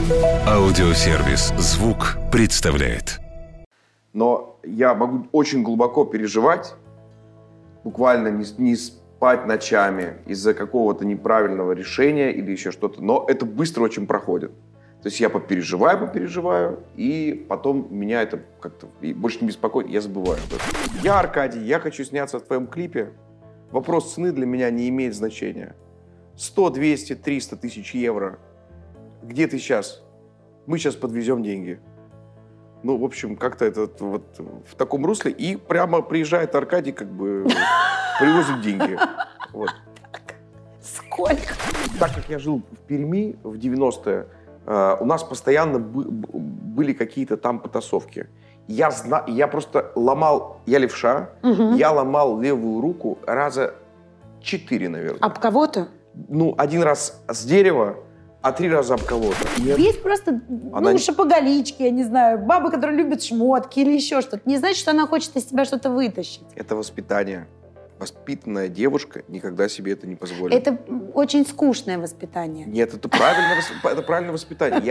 Аудиосервис «Звук» представляет. Но я могу очень глубоко переживать, буквально не спать ночами из-за какого-то неправильного решения или еще что-то, но это быстро очень проходит. То есть я попереживаю, и потом меня это как-то больше не беспокоит, я забываю об этом. Я Аркадий, я хочу сняться в твоем клипе. Вопрос цены для меня не имеет значения. 100, 200, 300 тысяч евро. Где ты сейчас? Мы сейчас подвезем деньги. Ну, в общем, как-то это вот в таком русле. И прямо приезжает Аркадий, как бы привозит деньги. Вот. Сколько? Так как я жил в Перми в 90-е, у нас постоянно были какие-то там потасовки. Я просто ломал, я левша, я ломал левую руку раза 4, наверное. Об кого-то? Ну, 1 раз с дерева, а 3 раза об кого-то. Есть просто, шопоголички, я не знаю, бабы, которые любят шмотки или еще что-то. Не значит, что она хочет из тебя что-то вытащить. Это воспитание. Воспитанная девушка никогда себе это не позволит. Это очень скучное воспитание. Нет, это правильное воспитание.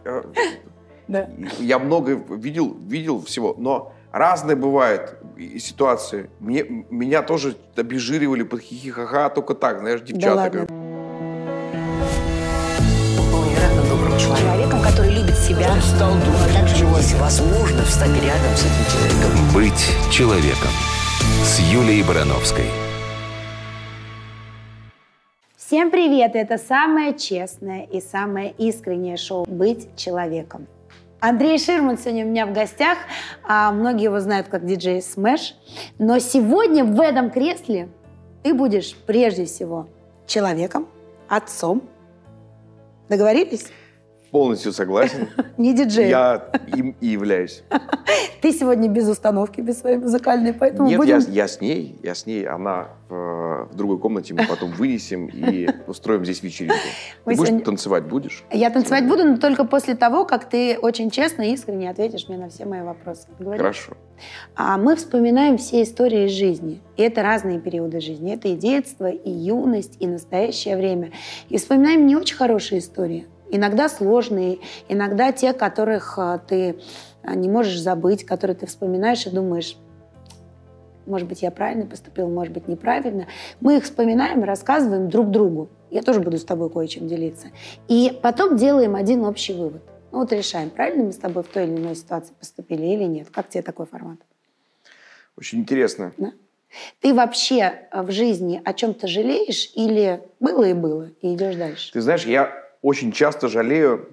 Я много видел всего, но разные бывают ситуации. Меня тоже обезжиривали под хихи-ха-ха, только так, знаешь, девчата. Да ладно. Невероятно добрым человеком, который любит себя. Также возможно встать рядом с этим человеком. «Быть человеком» с Юлией Барановской. Всем привет! Это самое честное и самое искреннее шоу «Быть человеком». Андрей Ширман сегодня у меня в гостях. Многие его знают как диджей Smash. Но сегодня в этом кресле ты будешь прежде всего человеком, отцом. Договорились? Полностью согласен. Не диджеем. Я им и являюсь. Ты сегодня без установки, без своей музыкальной, поэтому Нет, будем... я с ней. Она в другой комнате, мы потом вынесем и устроим здесь вечеринку. Ты будешь танцевать, будешь? Я танцевать буду, но только после того, как ты очень честно и искренне ответишь мне на все мои вопросы. Договорились? Хорошо. Мы вспоминаем все истории из жизни. И это разные периоды жизни. Это и детство, и юность, и настоящее время. И вспоминаем не очень хорошие истории. Иногда сложные, иногда те, которых ты не можешь забыть, которые ты вспоминаешь и думаешь, может быть, я правильно поступил, может быть, неправильно. Мы их вспоминаем, рассказываем друг другу. Я тоже буду с тобой кое-чем делиться. И потом делаем один общий вывод. Решаем, правильно мы с тобой в той или иной ситуации поступили или нет. Как тебе такой формат? Очень интересно. Да? Ты вообще в жизни о чем-то жалеешь или было и было, и идешь дальше? Ты знаешь, я очень часто жалею,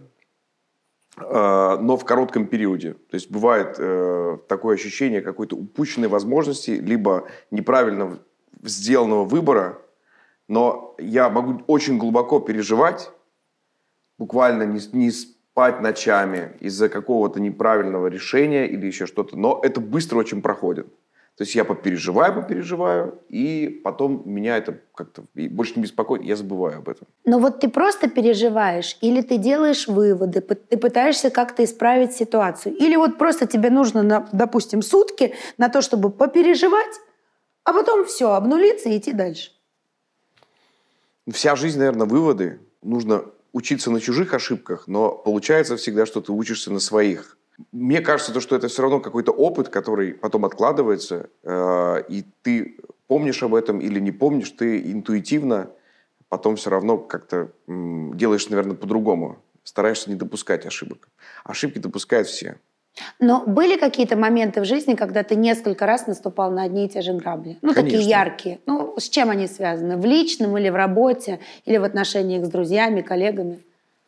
но в коротком периоде. То есть бывает такое ощущение какой-то упущенной возможности, либо неправильно сделанного выбора, но я могу очень глубоко переживать, буквально не спать ночами из-за какого-то неправильного решения или еще что-то, но это быстро очень проходит. То есть я попереживаю, и потом меня это как-то больше не беспокоит, я забываю об этом. Но вот ты просто переживаешь, или ты делаешь выводы, ты пытаешься как-то исправить ситуацию, или вот просто тебе нужно, допустим, сутки на то, чтобы попереживать, а потом все, обнулиться и идти дальше. Вся жизнь, наверное, выводы. Нужно учиться на чужих ошибках, но получается всегда, что ты учишься на своих. Мне кажется, что это все равно какой-то опыт, который потом откладывается, и ты помнишь об этом или не помнишь, ты интуитивно потом все равно как-то делаешь, наверное, по-другому. Стараешься не допускать ошибок. Ошибки допускают все. Но были какие-то моменты в жизни, когда ты несколько раз наступал на одни и те же грабли? Конечно. Такие яркие. С чем они связаны? В личном или в работе? Или в отношениях с друзьями, коллегами?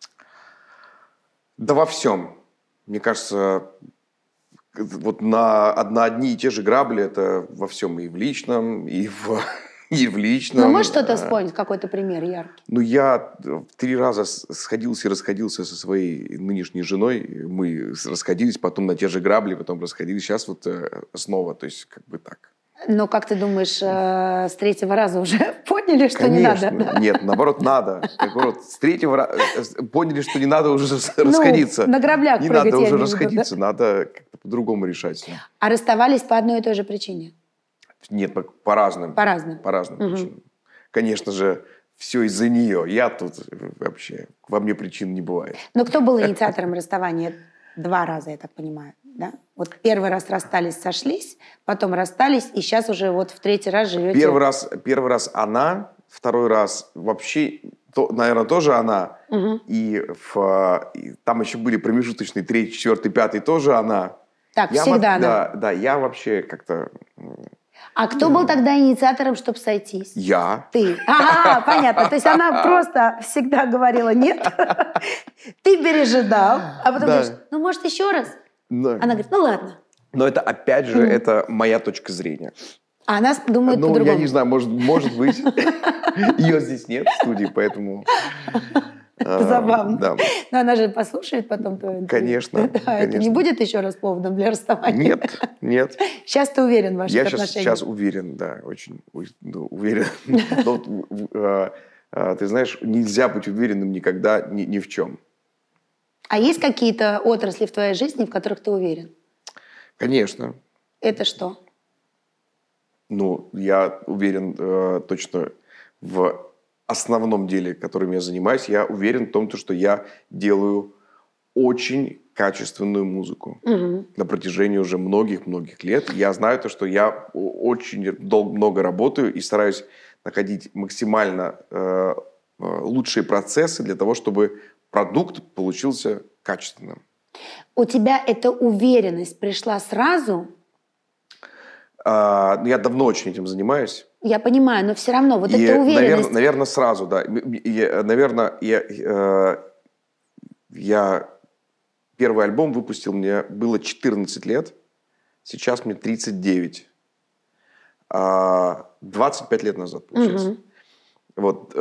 Да во всем. Мне кажется, вот на одни и те же грабли это во всем, и в личном, и в личном. Ну, можешь что-то вспомнить, какой-то пример яркий? Я 3 раза сходился и расходился со своей нынешней женой. Мы расходились, потом на те же грабли, потом расходились. Сейчас вот снова, то есть как бы так. Но как ты думаешь, с 3-го раза уже поняли, что Конечно. не надо? Нет, наоборот, надо. Наоборот, с 3-го раза поняли, что не надо уже расходиться. На граблях не прыгать, надо я уже имею в виду, расходиться, да? надо как-то по-другому решать. А расставались по одной и той же причине? Нет, по разным. По разным. По разным причинам. Конечно же, все из-за нее. Я тут вообще, во мне причин не бывает. Но кто был инициатором расставания? 2 раза, я так понимаю, да? Вот первый раз расстались, сошлись, потом расстались, и сейчас уже вот в 3-й раз живете. Первый раз она, второй раз вообще, наверное, тоже она. Угу. И там еще были промежуточные 3-й, 4-й, 5-й тоже она. Так, всегда она? Да, я вообще как-то... А кто был тогда инициатором, чтобы сойтись? Я. Ты. Ага, понятно. То есть она просто всегда говорила нет. Ты пережидал, а потом говоришь, ну, может, еще раз? Она говорит, ну, ладно. Но это, опять же, это моя точка зрения. А она думает по-другому. Я не знаю, может быть. Ее здесь нет в студии, поэтому... Забавно. Да. Но она же послушает потом твое интервью. Конечно. Это не будет еще раз поводом для расставания? Нет. Сейчас ты уверен в ваших отношениях? Я сейчас уверен, да, очень уверен. Ты знаешь, нельзя быть уверенным никогда ни в чем. А есть какие-то отрасли в твоей жизни, в которых ты уверен? Конечно. Это что? Ну, я уверен точно в основном деле, которым я занимаюсь. Я уверен в том, что я делаю очень качественную музыку на протяжении уже многих-многих лет. Я знаю то, что я очень много работаю и стараюсь находить максимально лучшие процессы для того, чтобы продукт получился качественным. У тебя эта уверенность пришла сразу? Я давно очень этим занимаюсь. Я понимаю, но все равно вот эта уверенность... Наверное, сразу, да. Наверное, я первый альбом выпустил, мне было 14 лет, сейчас мне 39. 25 лет назад, получается. Угу. Вот.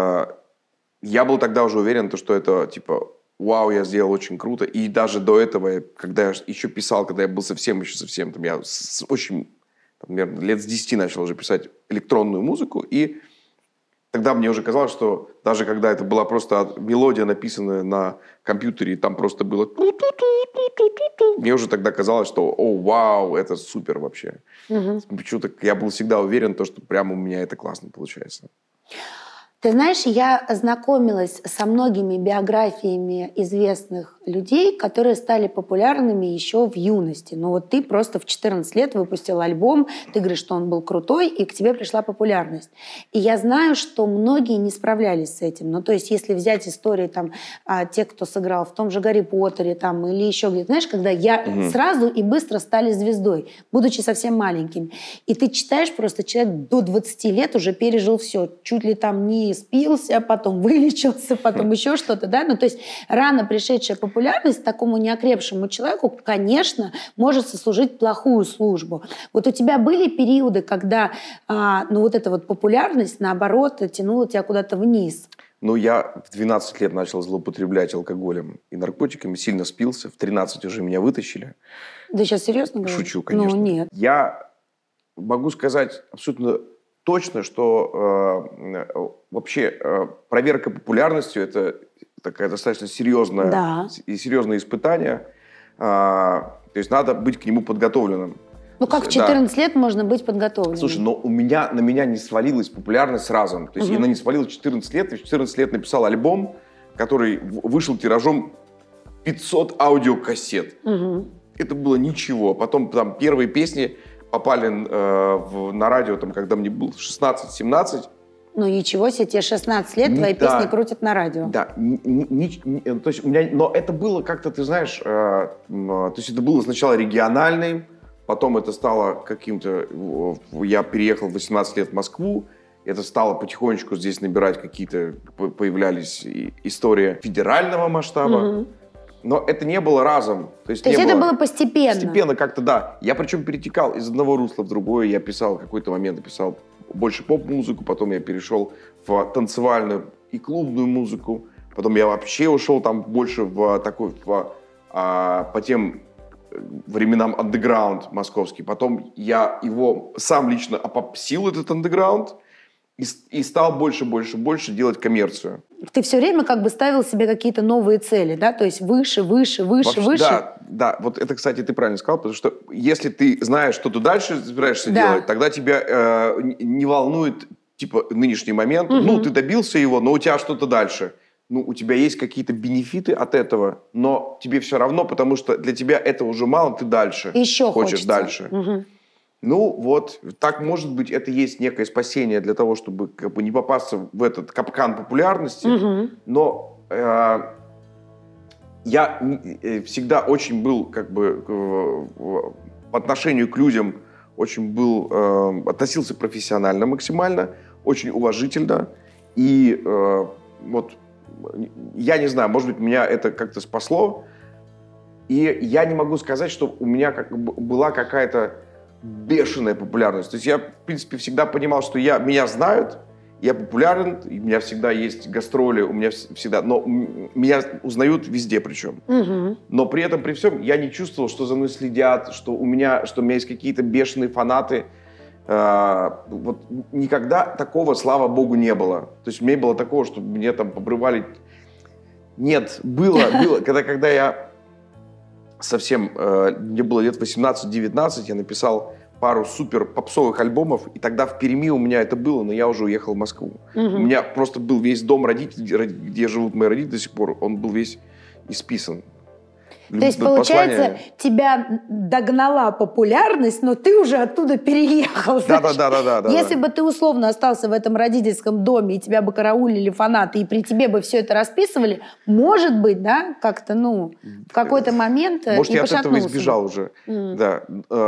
Я был тогда уже уверен, что это, типа, вау, я сделал очень круто. И даже до этого, когда я еще писал, когда я был совсем, там, я очень... Наверное, лет с 10 начал уже писать электронную музыку, и тогда мне уже казалось, что даже когда это была просто мелодия, написанная на компьютере, и там просто было... Мне уже тогда казалось, что о, вау, это супер вообще. Угу. Почему-то я был всегда уверен, что прямо у меня это классно получается. Ты знаешь, я ознакомилась со многими биографиями известных людей, которые стали популярными еще в юности. Но вот ты просто в 14 лет выпустил альбом, ты говоришь, что он был крутой, и к тебе пришла популярность. И я знаю, что многие не справлялись с этим. Ну, то есть, если взять истории там, тех, кто сыграл в том же «Гарри Поттере» там, или еще где-то, знаешь, когда сразу и быстро стали звездой, будучи совсем маленькими. И ты читаешь, просто человек до 20 лет уже пережил все, чуть ли там не спился, потом вылечился, потом еще что-то, да? Ну, то есть рано пришедшая популярность такому неокрепшему человеку, конечно, может сослужить плохую службу. Вот у тебя были периоды, когда вот эта вот популярность, наоборот, тянула тебя куда-то вниз? Ну, я в 12 лет начал злоупотреблять алкоголем и наркотиками, сильно спился, в 13 уже меня вытащили. Да сейчас серьезно говоришь? Шучу, конечно. Ну, нет. Я могу сказать абсолютно точно, что вообще проверка популярностью – это такая достаточно серьезное испытание. То есть надо быть к нему подготовленным. Ну как в 14 лет можно быть подготовленным? Слушай, но на меня не свалилась популярность сразу. То есть она не свалилась в 14 лет. Я в 14 лет написал альбом, который вышел тиражом 500 аудиокассет. Это было ничего. Потом там первые песни попали на радио, там, когда мне было 16-17. Ну ничего себе, тебе 16 лет, твои песни крутят на радио. Да, то есть у меня, но это было как-то, ты знаешь, то есть это было сначала региональным, потом это стало каким-то... Я переехал в 18 лет в Москву, это стало потихонечку здесь набирать какие-то... Появлялись истории федерального масштаба. Но это не было разом. То есть это было постепенно? Постепенно как-то, да. Я причем перетекал из одного русла в другое. Я писал в какой-то момент, писал больше поп-музыку, потом я перешел в танцевальную и клубную музыку. Потом я вообще ушел там больше в такой... по тем временам андеграунд московский. Потом я его сам лично опопсил, этот андеграунд, и стал больше делать коммерцию. Ты все время как бы ставил себе какие-то новые цели, да? То есть выше. Да. Вот это, кстати, ты правильно сказал, потому что если ты знаешь, что ты дальше собираешься делать, тогда тебя не волнует типа нынешний момент, ну, ты добился его, но у тебя что-то дальше. Ну, у тебя есть какие-то бенефиты от этого, но тебе все равно, потому что для тебя это уже мало, ты дальше. Еще хочешь хочется. дальше. Ну, вот, так, может быть, это есть некое спасение для того, чтобы как бы не попасться в этот капкан популярности, но я всегда очень был, как бы, по отношению к людям, очень был, относился профессионально максимально, очень уважительно, и вот, я не знаю, может быть, меня это как-то спасло, и я не могу сказать, что у меня была какая-то бешеная популярность. То есть я, в принципе, всегда понимал, что меня знают, я популярен, у меня всегда есть гастроли, у меня всегда... Но меня узнают везде причем. Но при этом, при всем, я не чувствовал, что за мной следят, что у меня есть какие-то бешеные фанаты. Вот никогда такого, слава богу, не было. То есть у меня не было такого, что мне там обрывали... Нет, было. Когда я совсем... Мне было лет 18-19, я написал пару супер попсовых альбомов, и тогда в Перми у меня это было, но я уже уехал в Москву. У меня просто был весь дом родителей, где живут мои родители до сих пор, он был весь исписан. То есть, получается, тебя догнала популярность, но ты уже оттуда переехал. Да. Если бы ты условно остался в этом родительском доме, и тебя бы караулили фанаты, и при тебе бы все это расписывали, может быть, да, как-то, ну, в какой-то момент может, я от этого пошатнулся избежал уже. Да.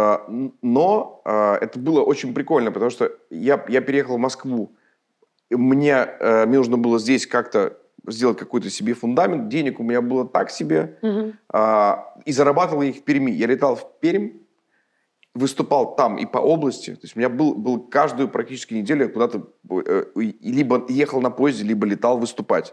Но это было очень прикольно, потому что я переехал в Москву. Мне нужно было здесь как-то сделать какой-то себе фундамент. Денег у меня было так себе. И зарабатывал я их в Перми. Я летал в Пермь, выступал там и по области. То есть у меня был каждую практически неделю я куда-то либо ехал на поезде, либо летал выступать.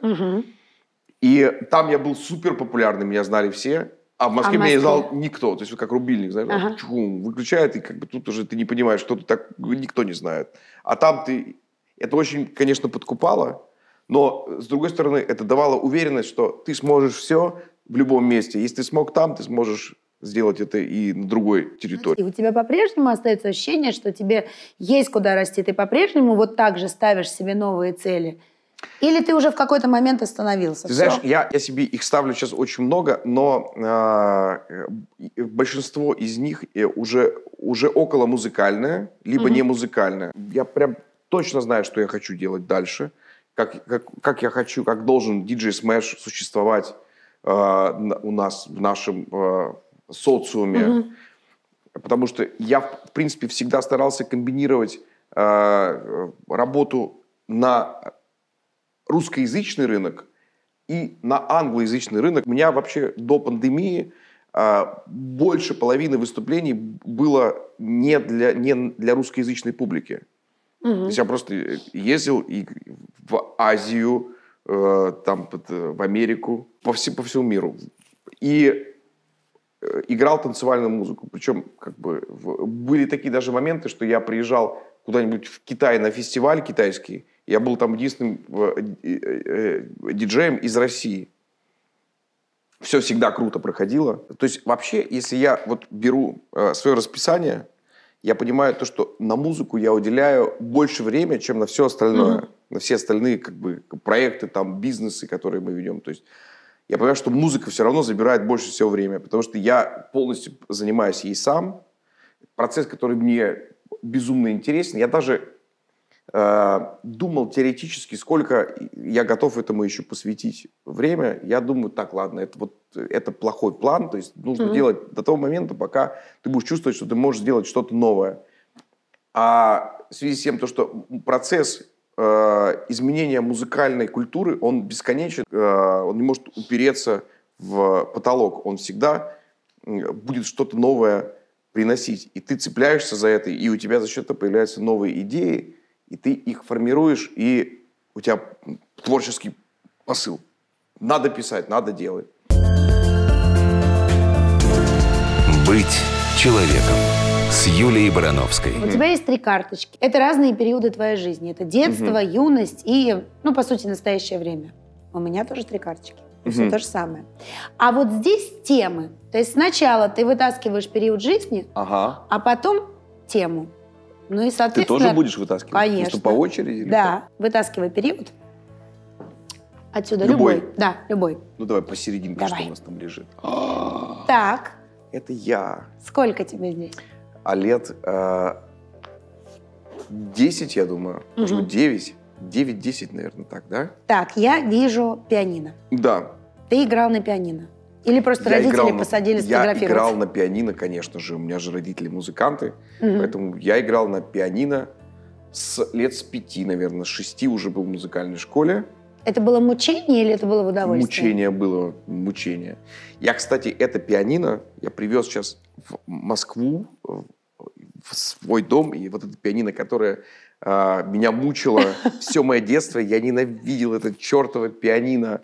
И там я был супер популярный, меня знали все. А в Москве меня не знал никто. То есть как рубильник, знаешь, выключает, и как бы тут уже ты не понимаешь, что ты так... Никто не знает. А там ты... Это очень, конечно, подкупало. Но, с другой стороны, это давало уверенность, что ты сможешь все в любом месте. Если ты смог там, ты сможешь сделать это и на другой территории. И у тебя по-прежнему остается ощущение, что тебе есть куда расти? Ты по-прежнему вот так же ставишь себе новые цели? Или ты уже в какой-то момент остановился? Ты знаешь, я себе их ставлю сейчас очень много, но большинство из них уже около музыкальное, либо не музыкальное. Я прям точно знаю, что я хочу делать дальше. Как я хочу, как должен DJ Smash существовать у нас в нашем социуме. Потому что я, в принципе, всегда старался комбинировать работу на русскоязычный рынок и на англоязычный рынок. У меня вообще до пандемии больше половины выступлений было не для русскоязычной публики. То есть я просто ездил и в Азию, там, в Америку, по всему миру. И играл танцевальную музыку. Причем как бы, были такие даже моменты, что я приезжал куда-нибудь в Китай на фестиваль китайский. Я был там единственным диджеем из России. Все всегда круто проходило. То есть вообще, если я вот беру свое расписание, я понимаю то, что на музыку я уделяю больше времени, чем на все остальное. На все остальные как бы, проекты, там, бизнесы, которые мы ведем. То есть я понимаю, что музыка все равно забирает больше всего времени, потому что я полностью занимаюсь ей сам. Процесс, который мне безумно интересен. Я даже думал теоретически, сколько я готов этому еще посвятить время. Я думаю, так, ладно, это плохой план. То есть нужно делать до того момента, пока ты будешь чувствовать, что ты можешь сделать что-то новое. А в связи с тем, что процесс изменения музыкальной культуры, он бесконечен, он не может упереться в потолок. Он всегда будет что-то новое приносить. И ты цепляешься за это, и у тебя за счет этого появляются новые идеи, и ты их формируешь, и у тебя творческий посыл. Надо писать, надо делать. Быть человеком с Юлией Барановской. У тебя есть 3 карточки. Это разные периоды твоей жизни. Это детство, юность и, ну, по сути, настоящее время. У меня тоже 3 карточки. Все то же самое. А вот здесь темы. То есть сначала ты вытаскиваешь период жизни, а потом тему. Ну и, Ты соответственно... тоже будешь вытаскивать? Конечно. Просто по очереди? или Да, вытаскивай период. Отсюда Любой? любой. Да, любой. как? Ну давай посерединке, Давай. что у нас там лежит. Так, Это я. сколько тебе здесь? А лет 10, я думаю. Может быть, 9. 9-10, наверное, так, да? Так, я вижу пианино. Да. Ты играл на пианино? Или просто родители посадили Я сфотографировать? играл на пианино, конечно же. У меня же родители музыканты. Поэтому я играл на пианино лет с 5, наверное. С 6 уже был в музыкальной школе. Это было мучение или это было в удовольствие? Мучение было, мучение. Я, кстати, это пианино я привез сейчас в Москву, в свой дом. И вот это пианино, которое меня мучило все мое детство. Я ненавидел это чертово пианино.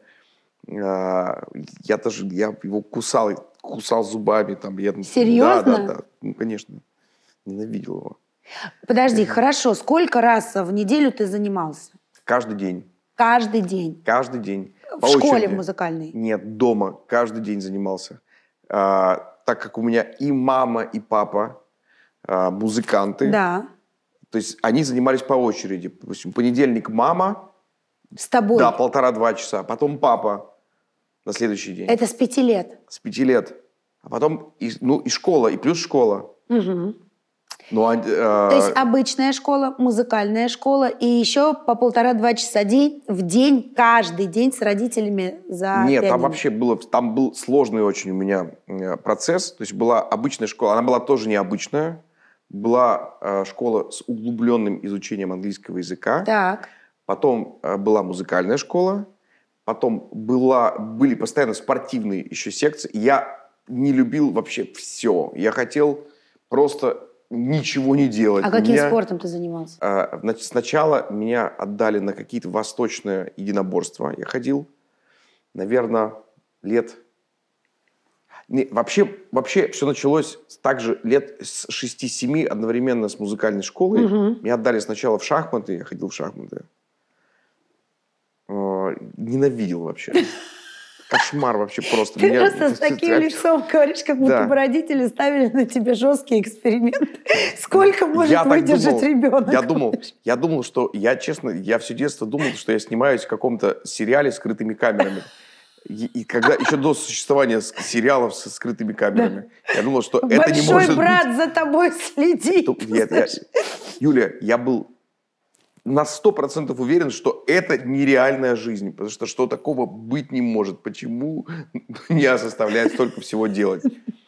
Я его кусал зубами. Там, Серьезно? Да. Ну, конечно. Ненавидел его. Подожди, хорошо. Сколько раз в неделю ты занимался? Каждый день. Каждый день? Каждый день. В школе музыкальной? Нет, дома. Каждый день занимался. Так как у меня и мама, и папа музыканты. Да. То есть они занимались по очереди. Допустим, понедельник мама. С тобой? Да, 1,5-2 часа. Потом папа на следующий день. Это с 5 лет? С 5 лет. А потом и школа, и плюс школа. Угу. Ну, То есть обычная школа, музыкальная школа и еще по 1,5-2 часа в день, каждый день с родителями за Нет, пианино. там вообще там был сложный очень у меня процесс. То есть была обычная школа, она была тоже необычная. Была школа с углубленным изучением английского языка. Так. Потом была музыкальная школа. Потом были постоянно спортивные еще секции. Я не любил вообще все. Я хотел просто ничего не делать. А каким спортом ты занимался? Сначала меня отдали на какие-то восточные единоборства. Я ходил, наверное, лет... Вообще все началось также лет с 6-7 одновременно с музыкальной школой. Меня отдали сначала в шахматы. Я ходил в шахматы. Ненавидел вообще. Кошмар вообще просто. Ты просто с таким лицом говоришь, как будто Да. бы родители ставили на тебя жесткий эксперимент. Сколько может выдержать ребенок? Я думал, что я все детство думал, что я снимаюсь в каком-то сериале с скрытыми камерами. И когда еще до существования сериалов со скрытыми камерами. Я думал, что это не может быть. Большой брат за тобой следит. Юля, я был на 100% уверен, что это нереальная жизнь, потому что такого быть не может. Почему меня заставляют столько всего делать?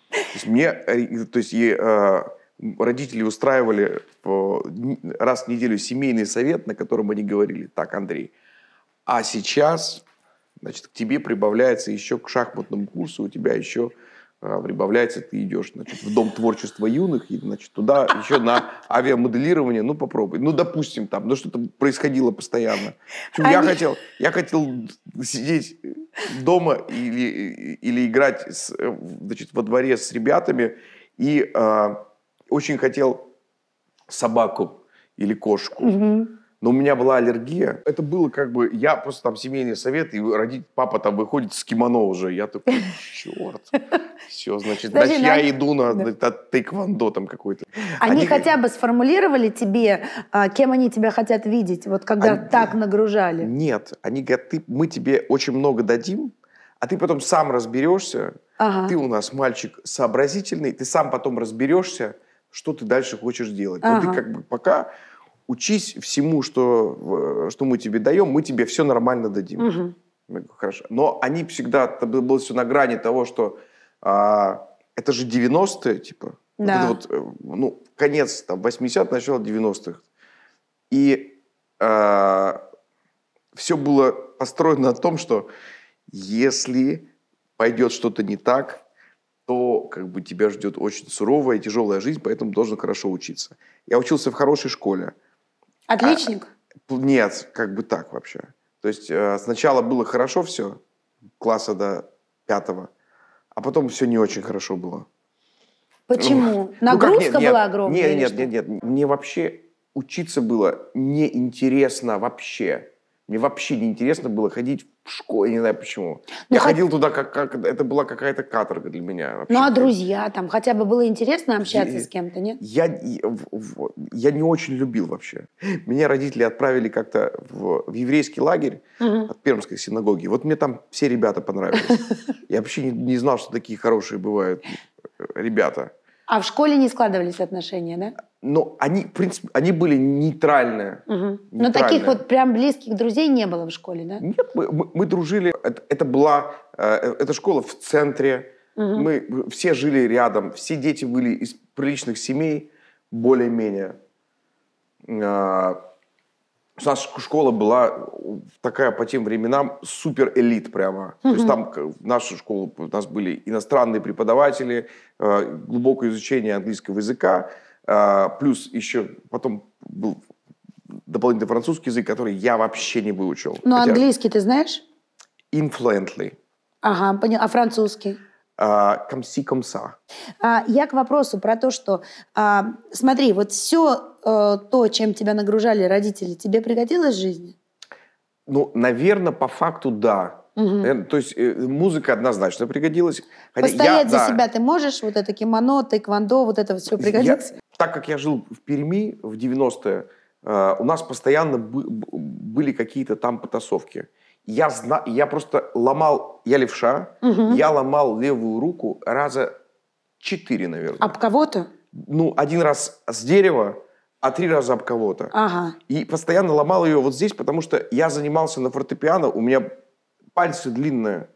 Родители устраивали раз в неделю семейный совет, на котором они говорили: так, Андрей, а сейчас, значит, к тебе прибавляется еще к шахматному курсу, у тебя еще прибавляется, ты идешь, значит, в Дом творчества юных, и, значит, туда еще на авиамоделирование, ну, попробуй. Ну, допустим, там, ну, что-то происходило постоянно. Я хотел сидеть дома или играть, значит, во дворе с ребятами, и очень хотел собаку или кошку. Но у меня была аллергия. Это было как бы... Я просто там семейный совет, и папа там выходит с кимоно уже. Я такой: черт. Все, значит, я иду на тэквондо там какой-то. Они хотя бы сформулировали тебе, кем они тебя хотят видеть, вот когда так нагружали? Нет. Они говорят: мы тебе очень много дадим, а ты потом сам разберешься. Ага. Ты у нас мальчик сообразительный, ты сам потом разберешься, что ты дальше хочешь делать. Ага. Но ты как бы пока... Учись всему, что мы тебе даем, мы тебе все нормально дадим. Я говорю: хорошо. Но они всегда, это было все на грани того, что это же 90-е, типа. Да. Вот это вот, конец там, 80-х, начало 90-х. И все было построено на том, что если пойдет что-то не так, то как бы тебя ждет очень суровая и тяжелая жизнь, поэтому должен хорошо учиться. Я учился в хорошей школе. Отличник? Нет, как бы так вообще. То есть сначала было хорошо все, класса до 5-го, а потом все не очень хорошо было. Почему? Нагрузка была огромная? Нет. Мне вообще учиться было неинтересно вообще. Мне вообще не интересно было ходить в школу, я не знаю почему. Я ходил туда, как это была какая-то каторга для меня. Вообще. Ну, а друзья там? Хотя бы было интересно общаться с кем-то, нет? Я не очень любил вообще. Меня родители отправили как-то в еврейский лагерь от Пермской синагоги. Вот мне там все ребята понравились. Я вообще не знал, что такие хорошие бывают ребята. А в школе не складывались отношения, да? Но они, в принципе, они были нейтральные. Но таких вот прям близких друзей не было в школе, да? Нет, мы дружили. Это была эта школа в центре. Мы все жили рядом. Все дети были из приличных семей, более-менее. У нас школа была такая по тем временам супер-элит прямо. То есть там в нашу школу у нас были иностранные преподаватели, глубокое изучение английского языка, плюс еще потом был дополнительный французский язык, который я вообще не выучил. Ну, английский ты знаешь? Influently. Ага, понял. А французский? Comme ci, comme ça. Я к вопросу про то, что, смотри, вот все то, чем тебя нагружали родители, тебе пригодилось в жизни? Ну, наверное, по факту да. То есть музыка однозначно пригодилась. Хотя Постоять за себя ты можешь? Вот это кимоно, тэквондо, вот это все пригодится? Так как я жил в Перми в 90-е, у нас постоянно были какие-то там потасовки. Я просто ломал, я левша, я ломал левую руку раза 4, наверное. Об кого-то? Ну, 1 раз с дерева, а 3 раза об кого-то. Ага. И постоянно ломал ее вот здесь, потому что я занимался на фортепиано, у меня пальцы длинные.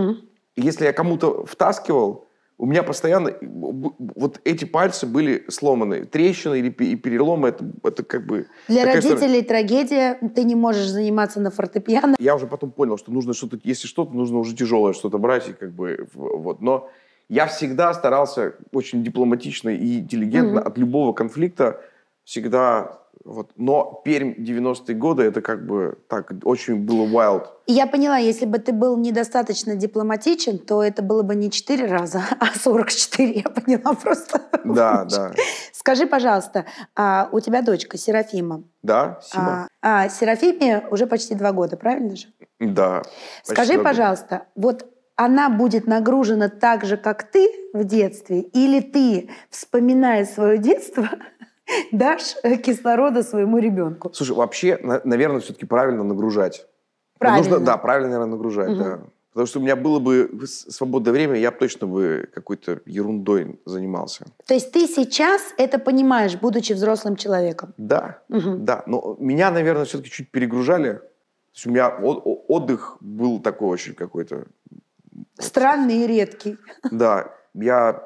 И если я кому-то втаскивал, у меня постоянно вот эти пальцы были сломаны. Трещины и переломы, это как бы... Для родителей трагедия, ты не можешь заниматься на фортепиано. Я уже потом понял, что нужно что-то, если что-то, нужно уже тяжелое что-то брать. И как бы, вот. Но я всегда старался очень дипломатично и интеллигентно от любого конфликта всегда... Вот. Но Пермь 90-е годы, это как бы так, очень было wild. И я поняла, если бы ты был недостаточно дипломатичен, то это было бы не 4 раза, а 44, я поняла просто. Да, да. Скажи, пожалуйста, у тебя дочка Серафима. Да, Сима. Серафиме уже почти 2 года, правильно же? Да. Скажи, пожалуйста, вот она будет нагружена так же, как ты в детстве, или ты, вспоминая свое детство, дашь кислорода своему ребенку? Слушай, вообще, наверное, все-таки правильно нагружать. Правильно? Нужно, да, правильно, наверное, нагружать, да. Потому что у меня было бы свободное время, я бы точно какой-то ерундой занимался. То есть ты сейчас это понимаешь, будучи взрослым человеком? Да, да. Но меня, наверное, все-таки чуть перегружали. То есть у меня отдых был такой очень какой-то... Странный и редкий. Да. У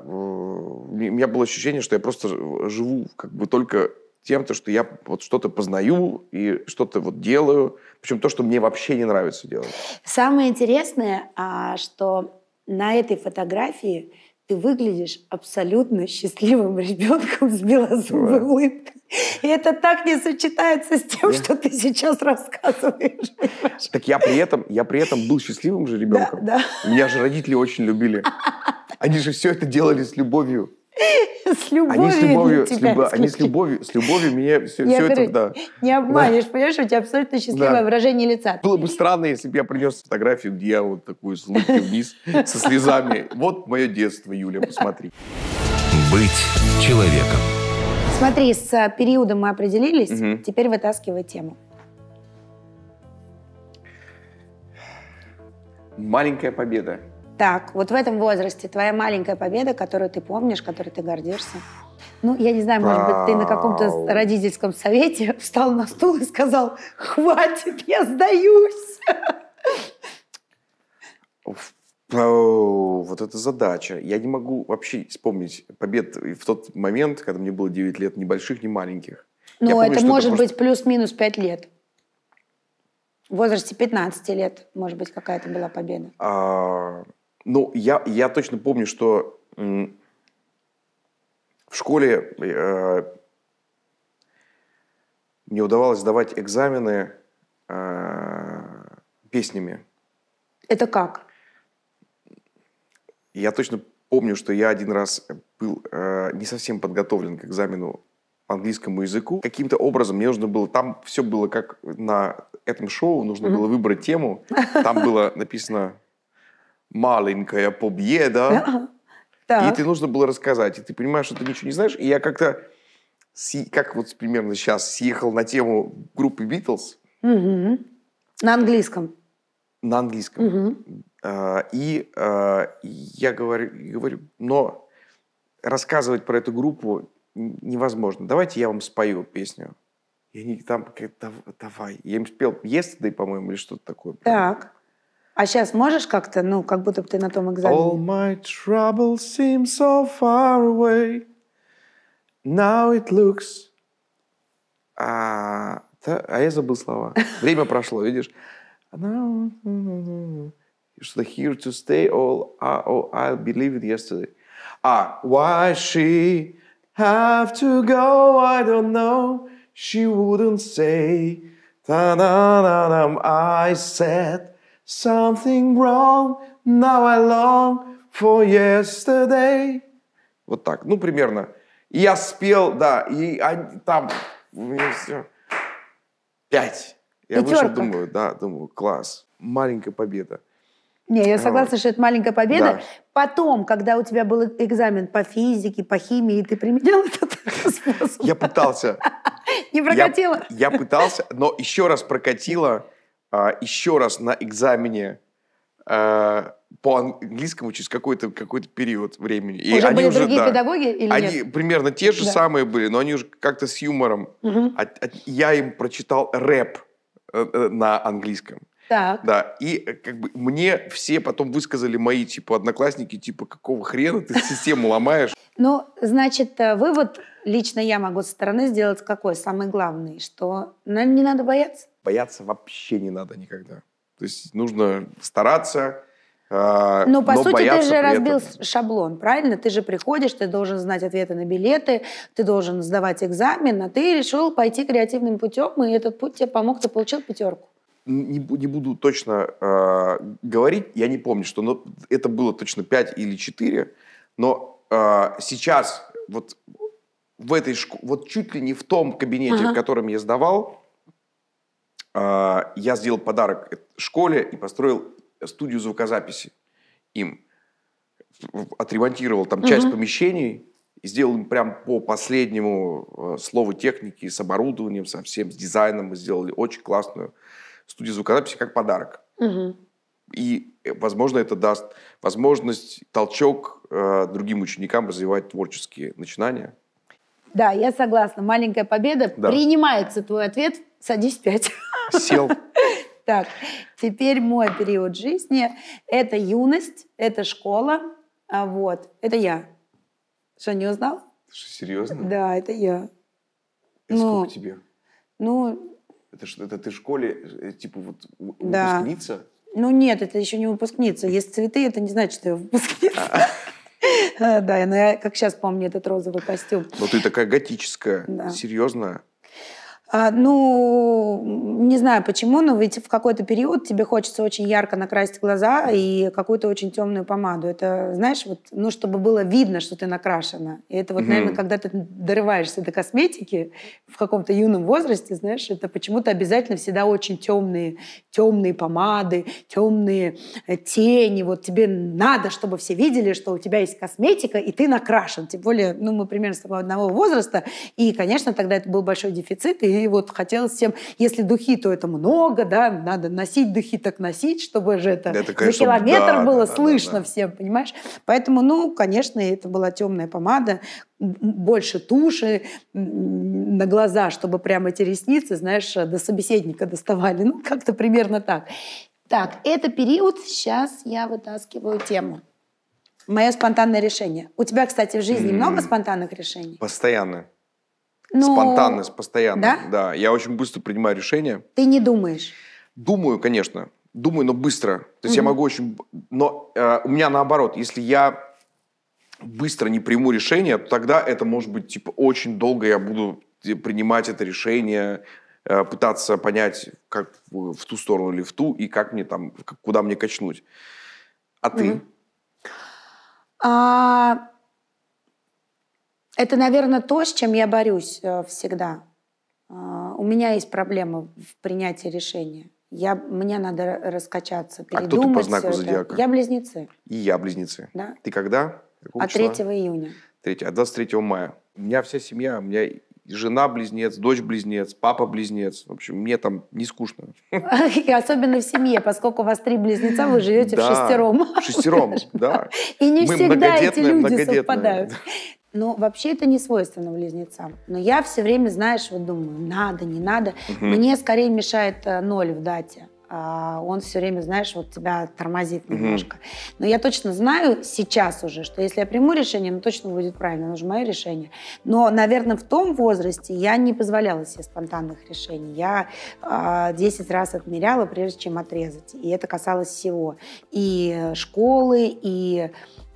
меня было ощущение, что я просто живу как бы только тем, что я вот что-то познаю и что-то вот делаю. Причем то, что мне вообще не нравится делать. Самое интересное, что на этой фотографии ты выглядишь абсолютно счастливым ребенком с белозубой улыбкой. И это так не сочетается с тем, что ты сейчас рассказываешь. Так я при этом был счастливым же ребенком. Да. Меня же родители очень любили. Они же все это делали с любовью. С любовью Они с любовью меня все это, да. Не обманешь, понимаешь, у тебя абсолютно счастливое выражение лица. Было бы странно, если бы я принес фотографию, где я вот такую с улыбкой вниз, со слезами. Вот мое детство, Юля, посмотри. Быть человеком. Смотри, с периодом мы определились, теперь вытаскивай тему. Маленькая победа. Так, вот в этом возрасте твоя маленькая победа, которую ты помнишь, которой ты гордишься. Ну, я не знаю, может быть, ты на каком-то родительском совете встал на стул и сказал: «Хватит, я сдаюсь». Вот это задача. Я не могу вообще вспомнить побед в тот момент, когда мне было 9 лет, ни больших, ни маленьких. Ну, это может быть плюс-минус 5 лет. В возрасте 15 лет, может быть, какая-то была победа. Ну, я точно помню, что в школе мне удавалось сдавать экзамены песнями. Это как? Я точно помню, что я один раз был не совсем подготовлен к экзамену по английскому языку. Каким-то образом мне нужно было... Там все было как на этому шоу нужно было выбрать тему. Там было написано «Маленькая победа». И ты нужно было рассказать. И ты понимаешь, что ты ничего не знаешь. И я как-то, как вот примерно сейчас, съехал на тему группы Beatles. На английском. На английском. И я говорю, но рассказывать про эту группу невозможно. Давайте я вам спою песню. И они там, давай. Я им спел «Yesterday», по-моему, или что-то такое. Так. А сейчас можешь как-то, ну, как будто бы ты на том экзамене? All my troubles seem so far away. Now it looks... я забыл слова. Время прошло, видишь? Что-то here to stay, I'll believe it yesterday. Why she have to go, I don't know. She wouldn't say. I said something wrong, now I long for yesterday. Вот так, ну, примерно. И я спел, да, и там у меня все. 5. Я вышел, думаю, класс, маленькая победа. Не, я согласна, что это маленькая победа. Да. Потом, когда у тебя был экзамен по физике, по химии, ты применял этот способ? Я пытался. Не прокатило? Я пытался, но еще раз прокатило, еще раз на экзамене по английскому через какой-то период времени. И уже они были другие педагоги или они нет? примерно те же самые были, но они уже как-то с юмором. Я им прочитал рэп на английском. Так. Да, и как бы мне все потом высказали мои, типа, одноклассники, типа, какого хрена ты систему ломаешь? Ну, значит, вывод лично я могу со стороны сделать какой? Самый главный, что нам не надо бояться. Бояться вообще не надо никогда. То есть нужно стараться, но по сути, ты же разбил этом... шаблон, правильно? Ты же приходишь, ты должен знать ответы на билеты, ты должен сдавать экзамен, а ты решил пойти креативным путем, и этот путь тебе помог, ты получил 5. Не буду точно говорить, я не помню, что это было точно 5 или 4, но сейчас вот в этой вот чуть ли не в том кабинете, в котором я сдавал, я сделал подарок школе и построил студию звукозаписи им. Отремонтировал там часть помещений и сделал им прям по последнему слову техники, с оборудованием, со всем, с дизайном. Мы сделали очень классную студию звукозаписи как подарок. И, возможно, это даст возможность, толчок другим ученикам развивать творческие начинания. Да, я согласна. Маленькая победа. Да. Принимается твой ответ. Садись 5. Сел. Так, теперь мой период жизни. Это юность, это школа. Вот, это я. Что, не узнал? Что, серьезно? Да, это я. Это сколько тебе? Ну... Это ты в школе, типа, вот выпускница? Да. Ну нет, это еще не выпускница. Есть цветы, это не значит, что я выпускница. Да, но я как сейчас помню этот розовый костюм. Но ты такая готическая, серьезная. Ну, не знаю почему, но ведь в какой-то период тебе хочется очень ярко накрасить глаза и какую-то очень темную помаду. Это, знаешь, вот, ну, чтобы было видно, что ты накрашена. И это вот, наверное, когда ты дорываешься до косметики в каком-то юном возрасте, знаешь, это почему-то обязательно всегда очень темные помады, темные тени. Вот тебе надо, чтобы все видели, что у тебя есть косметика, и ты накрашен. Тем более, ну, мы примерно с тобой одного возраста. И, конечно, тогда это был большой дефицит, и вот хотелось всем, если духи, то это много, да, надо носить духи, так носить, чтобы же это за километр было слышно всем, понимаешь? Поэтому, ну, конечно, это была темная помада, больше туши на глаза, чтобы прямо эти ресницы, знаешь, до собеседника доставали. Ну, как-то примерно так. Так, это период, сейчас я вытаскиваю тему. Мое спонтанное решение. У тебя, кстати, в жизни много спонтанных решений? Постоянно. Ну, спонтанность постоянно. Да? Да, я очень быстро принимаю решения. Ты не думаешь? Думаю, конечно. Думаю, но быстро. То есть я могу очень... Но у меня наоборот. Если я быстро не приму решение, то тогда это может быть типа очень долго я буду принимать это решение, пытаться понять, как в ту сторону или в ту, и как мне там, куда мне качнуть. А ты? Это, наверное, то, с чем я борюсь всегда. У меня есть проблема в принятии решения. Мне надо раскачаться, передумать. А кто ты по знаку зодиака? Я близнецы. И я близнецы. Да. Ты когда? Какого 3 числа? июня. 23 мая. У меня вся семья, у меня жена-близнец, дочь-близнец, папа-близнец. В общем, мне там не скучно. И особенно в семье, поскольку у вас 3 близнеца, вы живете в шестером. Шестером, да. И не всегда эти люди многодетные. совпадают. Но вообще это не свойственно близнецам. Но я все время, знаешь, вот думаю, надо, не надо. Мне скорее мешает 0 в дате. Он все время, знаешь, вот тебя тормозит немножко. Но я точно знаю сейчас уже, что если я приму решение, оно точно будет правильно, оно же мое решение. Но, наверное, в том возрасте я не позволяла себе спонтанных решений. Я 10 раз отмеряла, прежде чем отрезать. И это касалось всего. И школы, и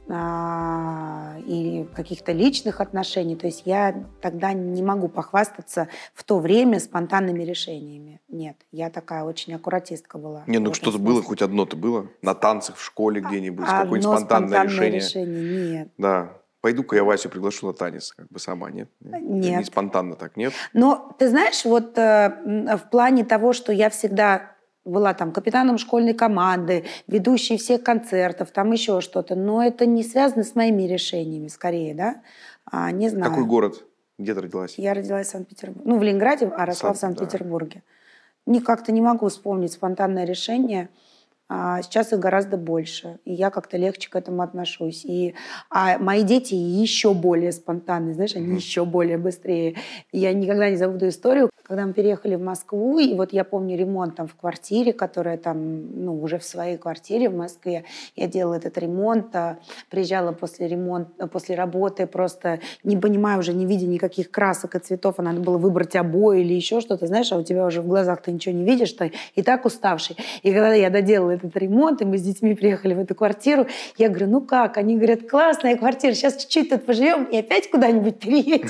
каких-то личных отношений. То есть я тогда не могу похвастаться в то время спонтанными решениями. Нет, я такая очень аккуратистка была. Не, ну что-то было, хоть одно-то было? На танцах в школе где-нибудь? Какое-нибудь спонтанное решение? Нет. Да. Пойду-ка я Васю приглашу на танец, как бы сама, нет? Нет. Не спонтанно так, нет? Но, ты знаешь, вот в плане того, что я всегда была там капитаном школьной команды, ведущей всех концертов, там еще что-то. Но это не связано с моими решениями, скорее, да? Не знаю. Какой город? Где ты родилась? Я родилась в Санкт-Петербурге. Ну, в Ленинграде, а росла в Санкт-Петербурге. Как-то не могу вспомнить спонтанное решение. Сейчас их гораздо больше, и я как-то легче к этому отношусь. А мои дети еще более спонтанные, знаешь, они еще более быстрее. Я никогда не забуду историю, когда мы переехали в Москву, и вот я помню ремонт там в квартире, которая там, уже в своей квартире в Москве. Я делала этот ремонт, приезжала после работы, просто не понимая уже, не видя никаких красок и цветов, а надо было выбрать обои или еще что-то, знаешь, а у тебя уже в глазах ты ничего не видишь, ты и так уставший. И когда я доделала этот ремонт, и мы с детьми приехали в эту квартиру, я говорю, ну как? Они говорят, классная квартира, сейчас чуть-чуть тут поживем и опять куда-нибудь переедем.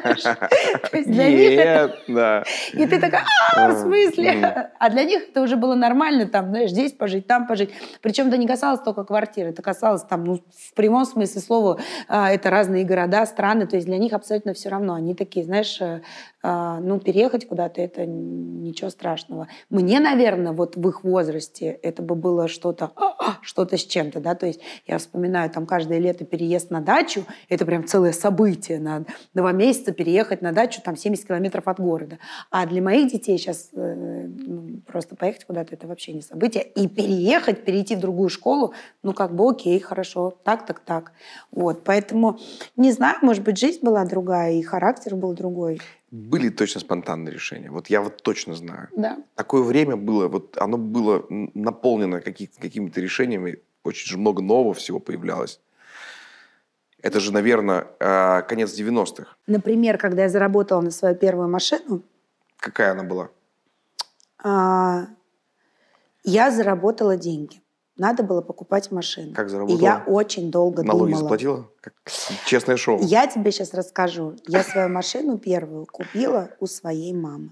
Нет, да. И ты такая, в смысле? А для них это уже было нормально, там, знаешь, здесь пожить, там пожить. Причем это не касалось только квартиры, это касалось там, в прямом смысле слова, это разные города, страны, то есть для них абсолютно все равно. Они такие, знаешь, переехать куда-то, это ничего страшного. Мне, наверное, вот в их возрасте это бы было что-то с чем-то, да, то есть я вспоминаю, там, каждое лето переезд на дачу, это прям целое событие, на 2 месяца переехать на дачу, там, 70 километров от города. А для моих детей сейчас просто поехать куда-то, это вообще не событие. И перейти в другую школу, окей, хорошо, так. Вот, поэтому, не знаю, может быть, жизнь была другая, и характер был другой. Были точно спонтанные решения. Вот я вот точно знаю. Да. Такое время было, вот оно было наполнено какими-то решениями, очень же много нового всего появлялось. Это же, наверное, конец 90-х. Например, когда я заработала на свою первую машину... Какая она была? Я заработала деньги. Надо было покупать машину. Как заработала? И я очень долго Налоги думала. заплатила? Как честное шоу. Я тебе сейчас расскажу. Я свою машину первую купила у своей мамы.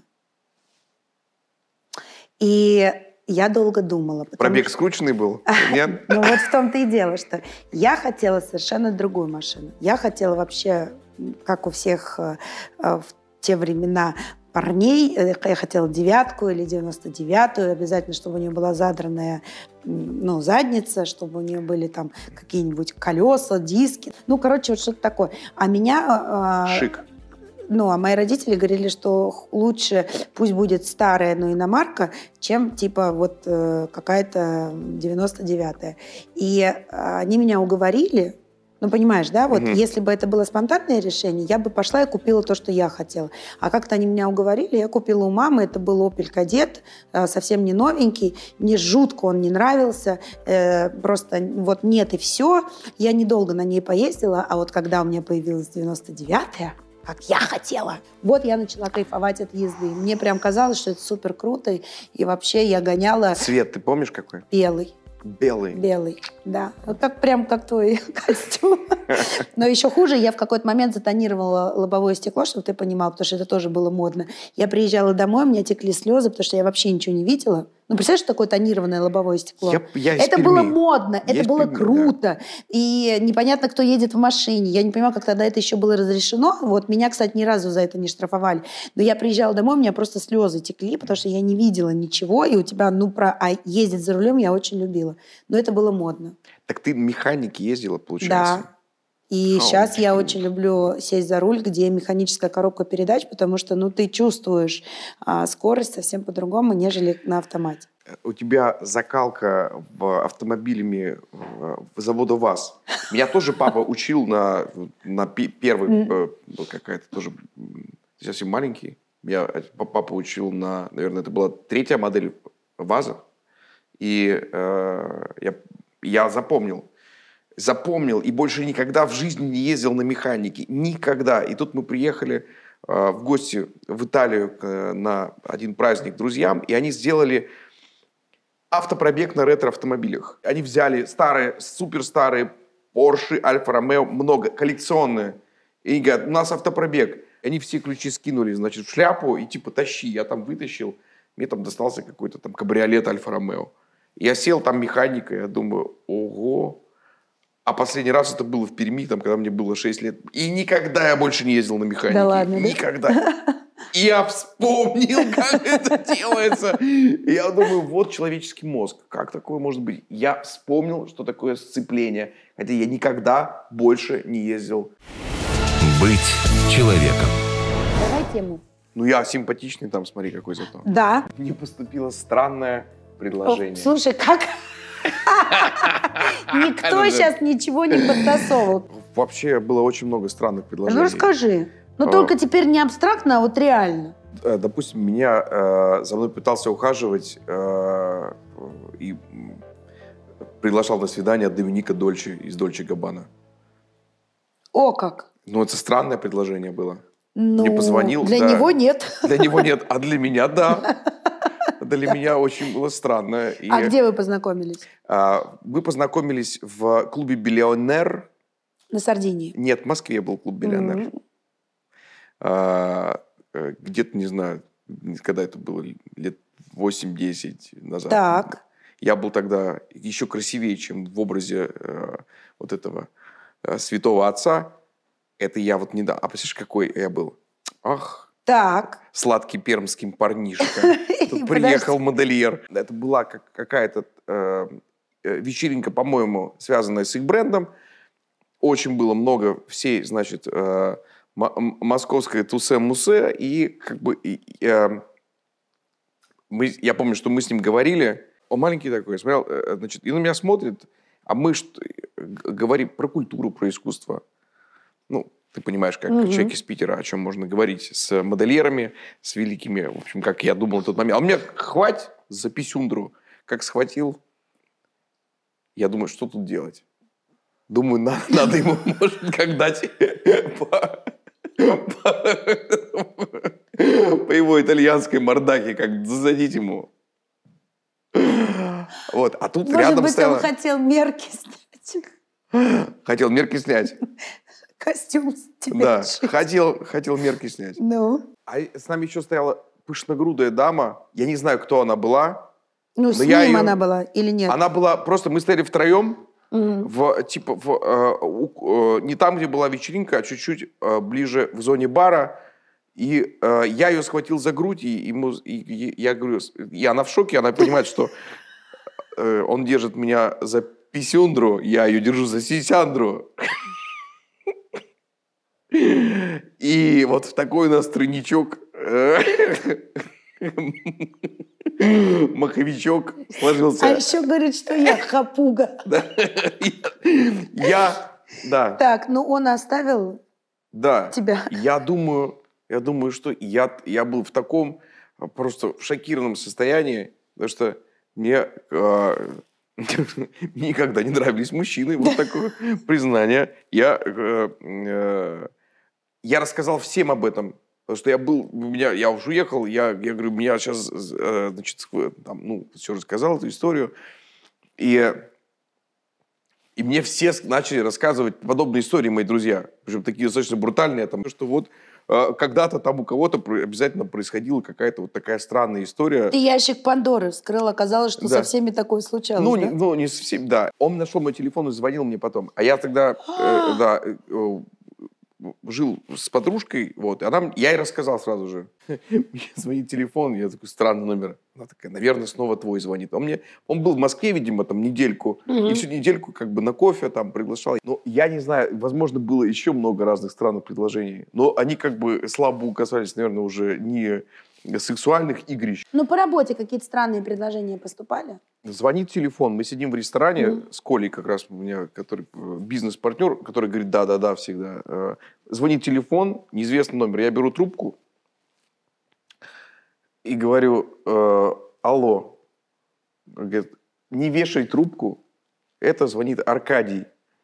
И я долго думала. Пробег скрученный был? Нет? Ну вот в том-то и дело, что я хотела совершенно другую машину. Я хотела вообще, как у всех в те времена, парней, я хотела 9-ку или 99-ю, обязательно, чтобы у нее была задранная задница, чтобы у нее были там какие-нибудь колеса, диски. Вот что-то такое. А меня... Шик. А мои родители говорили, что лучше пусть будет старая, иномарка, чем какая-то 99-я. И они меня уговорили. Понимаешь, да? Вот если бы это было спонтанное решение, я бы пошла и купила то, что я хотела. А как-то они меня уговорили, я купила у мамы. Это был Opel Kadett, совсем не новенький. Мне жутко он не нравился. Просто нет и все. Я недолго на ней поездила, а вот когда у меня появилась 99-я, как я хотела. Вот я начала кайфовать от езды. Мне прям казалось, что это супер круто. И вообще я гоняла... Цвет ты помнишь какой? Белый. Белый? Белый, да. Вот так прям как твой костюм. Но еще хуже, я в какой-то момент затонировала лобовое стекло, чтобы ты понимал, потому что это тоже было модно. Я приезжала домой, у меня текли слезы, потому что я вообще ничего не видела. Ну, представляешь, что такое тонированное лобовое стекло? Это было модно, это было круто. Да. И непонятно, кто едет в машине. Я не понимаю, как тогда это еще было разрешено. Вот меня, кстати, ни разу за это не штрафовали. Но я приезжала домой, у меня просто слезы текли, потому что я не видела ничего. И у тебя, А ездить за рулем я очень любила. Но это было модно. Так ты механик ездила, получается? Да. И сейчас я очень люблю сесть за руль, где механическая коробка передач, потому что, ты чувствуешь скорость совсем по-другому, нежели на автомате. У тебя закалка в автомобилями завода ВАЗ. Меня тоже папа учил на первый, какая-то тоже совсем маленький. Меня папа учил на, наверное, это была 3-я модель ВАЗа. И я запомнил и больше никогда в жизни не ездил на механике. Никогда. И тут мы приехали в гости в Италию на один праздник к друзьям, и они сделали автопробег на ретро-автомобилях. Они взяли старые, суперстарые Porsche, Альфа Ромео, много, коллекционные. И они говорят, у нас автопробег. И они все ключи скинули, значит, в шляпу и типа тащи. Я там вытащил, мне там достался какой-то там кабриолет Альфа Ромео. Я сел там механика, я думаю, ого. А последний раз это было в Перми, там, когда мне было 6 лет. И никогда я больше не ездил на механике. Да ладно, никогда. И я вспомнил, как это делается. И я думаю, вот человеческий мозг. Как такое может быть? Я вспомнил, что такое сцепление. Хотя я никогда больше не ездил. Быть человеком. Давай тему. Я симпатичный там, смотри, какой зато. Да. Мне поступило странное предложение. Слушай, как... Никто сейчас ничего не подтасовывал. Вообще было очень много странных предложений. Расскажи. Но только теперь не абстрактно, а вот реально. Допустим, меня за мной пытался ухаживать и приглашал на свидание Доминика Дольче из Дольче Габбана. О, как! Это странное предложение было. Мне позвонил. Для него нет. Для него нет, а для меня да. Для меня очень было странно. А где вы познакомились? Мы познакомились в клубе «Биллионер». На Сардинии? Нет, в Москве был клуб «Биллионер». Где-то, не знаю, когда это было, лет 8-10 назад. Так. Я был тогда еще красивее, чем в образе вот этого святого отца. Это я вот недавно... А представляешь, какой я был? Ах! Так. Сладкий пермский парнишка. Тут приехал модельер. Это была какая-то вечеринка, по-моему, связанная с их брендом. Очень было много всей, значит, московской тусе-мусе. И я помню, что мы с ним говорили. Он маленький такой, смотрел, значит, и на меня смотрит. А мы говорим про культуру, про искусство. Ты понимаешь, как человек из Питера, о чем можно говорить с модельерами, с великими, в общем, как я думал в тот момент. А он меня хвать за писюндру. Как схватил, я думаю, что тут делать? Думаю, надо ему, может, как дать по его итальянской мордахе, как засадить ему. Вот, а тут рядом стояла... Может быть, он хотел мерки снять. Хотел мерки снять. Костюм тебе Да, шить. хотел мерки снять. А с нами еще стояла пышногрудая дама. Я не знаю, кто она была. С ним она была или нет? Она была... Просто мы стояли втроем. Не там, где была вечеринка, а чуть-чуть ближе в зоне бара. И я ее схватил за грудь. И я говорю... И она в шоке. Она понимает, что он держит меня за писюндру. Я ее держу за сисяндру. И вот в такой у нас тройничок, маховичок сложился. А еще говорит, что я хапуга. Да. Так, он оставил тебя. Я думаю, что я был в таком просто в шокированном состоянии, потому что мне никогда не нравились мужчины. Вот такое признание. Я рассказал всем об этом, потому что я уже уехал, я говорю, меня сейчас, значит, все рассказал, эту историю. И И мне все начали рассказывать подобные истории, мои друзья. Причем такие достаточно брутальные. Там, что вот когда-то там у кого-то обязательно происходила какая-то вот такая странная история. Ты ящик Пандоры вскрыл, оказалось, что со всеми такое случалось, да? Не со всеми, да. Он нашел мой телефон и звонил мне потом. А я тогда жил с подружкой, вот, и я ей рассказал сразу же. Мне звонит телефон, я такой, странный номер. Она такая, наверное, снова твой звонит. Он был в Москве, видимо, там недельку, и всю недельку как бы на кофе там приглашал. Но я не знаю, возможно, было еще много разных странных предложений, но они как бы, слава богу, касались, наверное, уже не сексуальных игрищ. Ну, по работе какие-то странные предложения поступали? Звонит телефон, мы сидим в ресторане с Колей, как раз у меня, который бизнес-партнер, который говорит да-да-да всегда. Звонит телефон, неизвестный номер, я беру трубку и говорю, алло. Он говорит, не вешай трубку, это звонит Аркадий.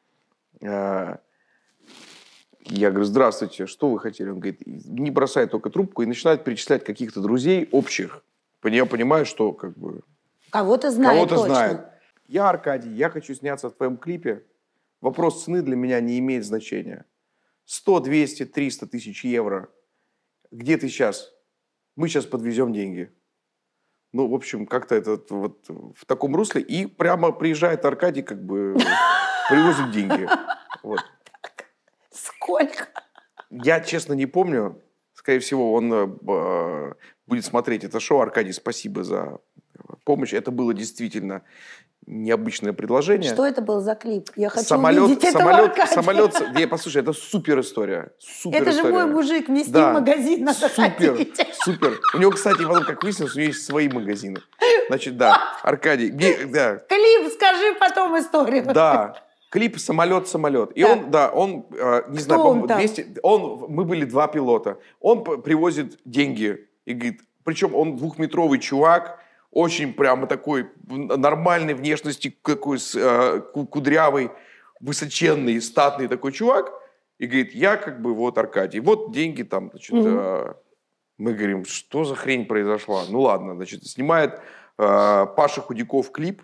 Я говорю, здравствуйте, что вы хотели? Он говорит, не бросай только трубку, и начинает перечислять каких-то друзей общих. Я понимаю, что как бы... Кого-то знает Кого-то точно. знает. Я Аркадий, я хочу сняться в твоем клипе. Вопрос цены для меня не имеет значения. 100, 200, 300 тысяч евро. Где ты сейчас? Мы сейчас подвезем деньги. Ну, в общем, как-то это вот в таком русле. И прямо приезжает Аркадий, как бы привозит деньги. Вот. Сколько? Я, честно, не помню. Скорее всего, он будет смотреть это шоу. Аркадий, спасибо за помощь. Это было действительно необычное предложение. Что это был за клип? Я хочу увидеть этого Аркадия. Послушай, это супер история. Это же мой мужик, мне с ним в магазин надо ходить. Супер. У него, кстати, потом, как выяснилось, у него есть свои магазины. Значит, да, Аркадий. Да. Клип, скажи потом историю. Да. Клип «Самолет». И он, не знаю, по-моему, 200... Мы были 2 пилота. Он привозит деньги. И говорит, причем он 2-метровый чувак, очень прямо такой нормальной внешности, какой кудрявый, высоченный, статный такой чувак. И говорит, я как бы вот Аркадий. Вот деньги там, значит. Мы говорим, что за хрень произошла? Ну ладно, значит, снимает Паша Худяков клип.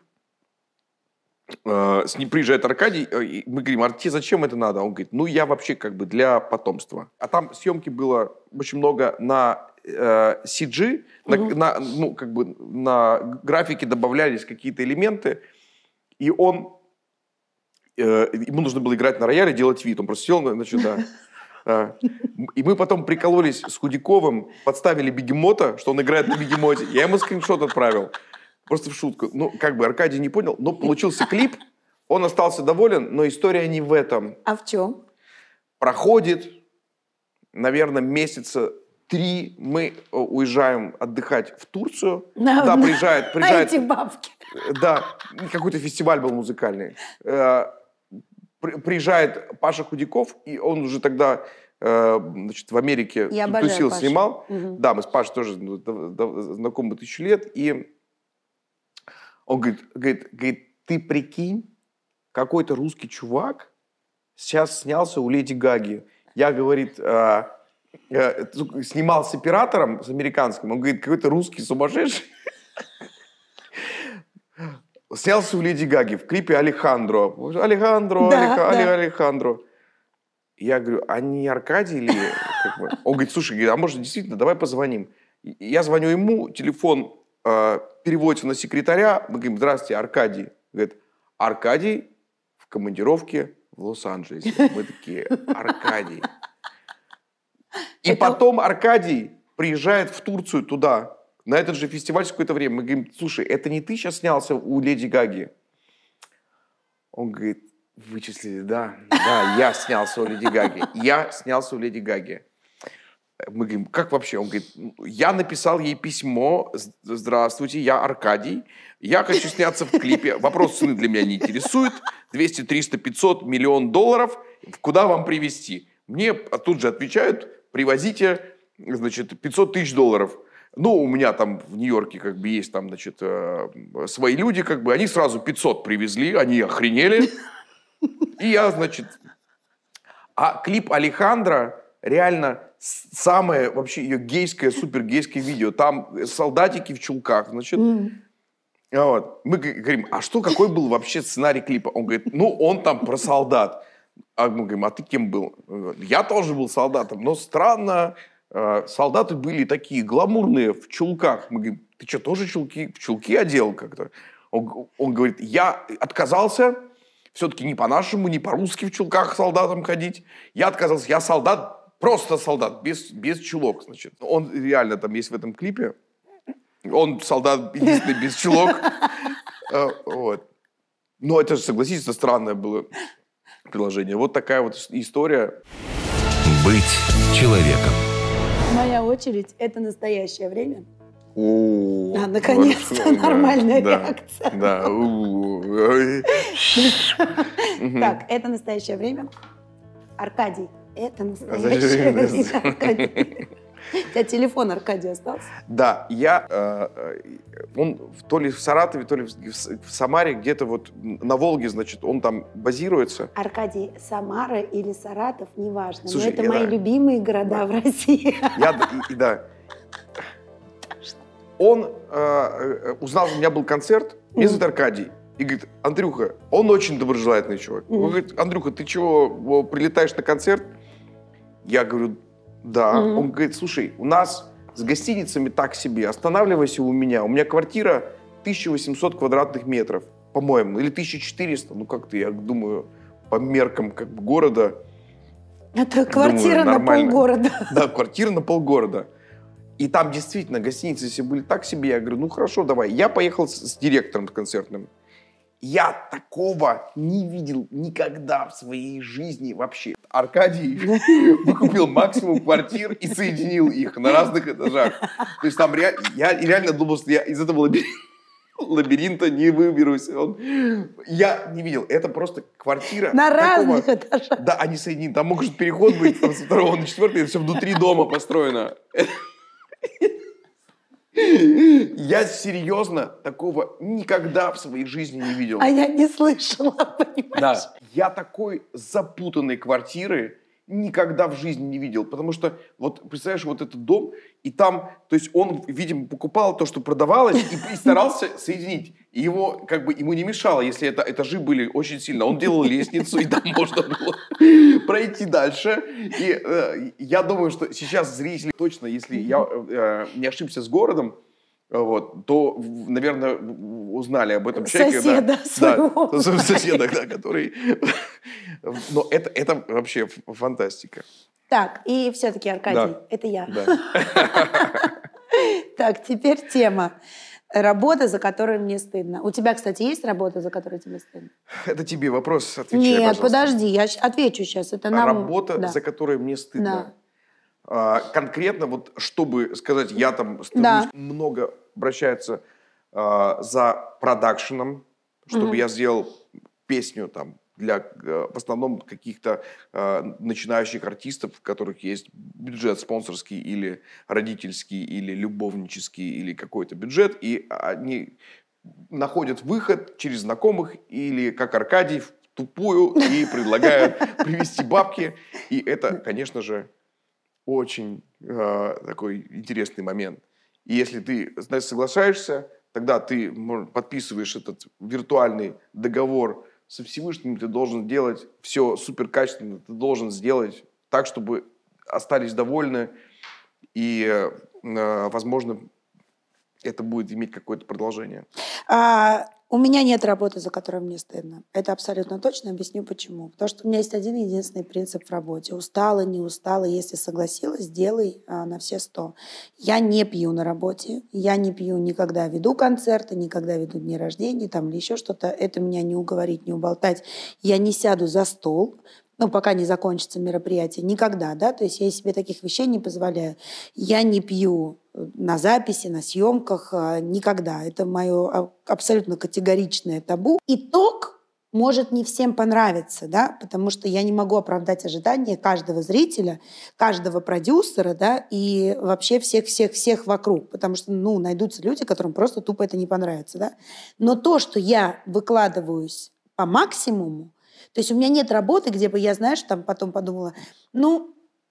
С ним приезжает Аркадий, и мы говорим, а тебе зачем это надо? Он говорит, ну я вообще как бы для потомства. А там съемки было очень много на CG, на графике добавлялись какие-то элементы, и ему нужно было играть на рояле, делать вид. Он просто сел, значит, да. И мы потом прикололись с Худяковым, подставили бегемота, что он играет на бегемоте. Я ему скриншот отправил. Просто в шутку. Ну, как бы Аркадий не понял, но получился клип, он остался доволен, но история не в этом. А в чем? Проходит, наверное, месяца 3 мы уезжаем отдыхать в Турцию. Приезжает... На эти бабки. Да, какой-то фестиваль был музыкальный. Приезжает Паша Худяков, и он уже тогда в Америке тусил, снимал. Да, мы с Пашей тоже знакомы 1000 лет, и он говорит, ты прикинь, какой-то русский чувак сейчас снялся у Леди Гаги. Я, говорит, снимал с оператором, с американским. Он говорит, какой-то русский сумасшедший снялся у Леди Гаги в клипе «Алехандро». Алехандро. Я говорю, а не Аркадий или... Он говорит, слушай, а может действительно, давай позвоним. Я звоню ему, телефон переводится на секретаря. Мы говорим, здравствуйте, Аркадий. Говорит, Аркадий в командировке в Лос-Анджелесе. Мы такие, Аркадий. И потом Аркадий приезжает в Турцию туда, на этот же фестиваль в какое-то время. Мы говорим, слушай, это не ты сейчас снялся у Леди Гаги? Он говорит, вычислили, да, я снялся у Леди Гаги. Мы говорим, как вообще? Он говорит, я написал ей письмо, здравствуйте, я Аркадий, я хочу сняться в клипе, вопрос цены для меня не интересует, 200, 300, 500, $1 миллион, куда вам привезти? Мне тут же отвечают, привозите, значит, $500 тысяч. Ну, у меня там в Нью-Йорке как бы есть там, значит, свои люди, как бы, они сразу 500 привезли, они охренели. И я, значит... А клип «Алехандро» реально самое вообще ее гейское, супергейское видео. Там солдатики в чулках, значит. Вот. Мы говорим, а что, какой был вообще сценарий клипа? Он говорит, ну, он там про солдат. А мы говорим, а ты кем был? Я тоже был солдатом, но странно, солдаты были такие гламурные в чулках. Мы говорим, ты что, тоже в чулки одел как-то? Он говорит, я отказался, все-таки не по-нашему, не по-русски в чулках солдатам ходить. Я отказался, я солдат, просто солдат, без чулок, значит. Он реально там есть в этом клипе. Он солдат единственный без чулок. Вот. Но это же, согласитесь, это странное было приложение. Вот такая вот история. Быть человеком. Моя очередь – это настоящее время. О, наконец-то нормальная да, реакция. Да. Так, это настоящее время. Аркадий, это настоящее время. Аркадий. У тебя телефон, Аркадий, остался? Да, он то ли в Саратове, то ли в Самаре, где-то вот на Волге, значит, он там базируется. Аркадий, Самара или Саратов, неважно. Слушай, но это мои любимые города в России. Да. Он узнал, у меня был концерт, меня зовут Аркадий. И говорит, Андрюха, он очень доброжелательный чувак. Он говорит, Андрюха, ты чего, прилетаешь на концерт? Я говорю, да. Он говорит, слушай, у нас с гостиницами так себе, останавливайся у меня квартира 1800 квадратных метров, по-моему, или 1400, ну как-то, я думаю, по меркам как бы города. Это квартира на полгорода. Да, квартира на полгорода. И там действительно гостиницы все были так себе. Я говорю, ну хорошо, давай. Я поехал с директором концертным. Я такого не видел никогда в своей жизни вообще. Аркадий выкупил максимум квартир и соединил их на разных этажах. То есть там я реально думал, что я из этого лабиринта не выберусь. Я не видел. Это просто квартира. На разных этажах. Да, они соединены. Там может переход быть там, со 2 на 4, это все внутри дома построено. Я серьезно такого никогда в своей жизни не видел. А я не слышала, понимаешь? Да. Я такой запутанной квартиры никогда в жизни не видел. Потому что, вот, представляешь, вот этот дом, и там, то есть он, видимо, покупал то, что продавалось, и старался соединить. И ему, как бы, ему не мешало, если это этажи были очень сильно. Он делал лестницу, и там можно было пройти дальше. И я думаю, что сейчас зрители точно, если я не ошибся с городом, вот, то, наверное, узнали об этом человеке. Соседа своего. Да, соседа, да, который... Но это вообще фантастика. Так, и все-таки, Аркадий, это я. Да. Так, теперь тема. Работа, за которую мне стыдно. У тебя, кстати, есть работа, за которую тебе стыдно? Это тебе вопрос, отвечай, Нет, пожалуйста. подожди, я отвечу сейчас. Это нам... Работа, за которую мне стыдно. Конкретно, вот, чтобы сказать, я там стыдусь, много обращаются за продакшеном, чтобы я сделал песню там для, в основном, каких-то начинающих артистов, у которых есть бюджет спонсорский или родительский, или любовнический, или какой-то бюджет, и они находят выход через знакомых или, как Аркадий, в тупую, и предлагают привезти бабки. И это, конечно же, очень такой интересный момент. И если ты, знаешь, соглашаешься, тогда ты подписываешь этот виртуальный договор со Всевышним, ты должен делать все супер качественно, ты должен сделать так, чтобы остались довольны, и, возможно, это будет иметь какое-то продолжение. У меня нет работы, за которую мне стыдно. Это абсолютно точно. Объясню почему. Потому что у меня есть один единственный принцип в работе. Устала, не устала. Если согласилась, делай на все 100. Я не пью на работе. Я не пью никогда веду концерты, никогда веду дни рождения там, или еще что-то. Это меня не уговорить, не уболтать. Я не сяду за стол, пока не закончится мероприятие. Никогда, да? То есть я себе таких вещей не позволяю. Я не пью на записи, на съемках, никогда. Это мое абсолютно категоричное табу. Итог может не всем понравиться, да? Потому что я не могу оправдать ожидания каждого зрителя, каждого продюсера, да? И вообще всех вокруг. Потому что, найдутся люди, которым просто тупо это не понравится, да? Но то, что я выкладываюсь по максимуму, то есть у меня нет работы, где бы я, знаешь, там потом подумала,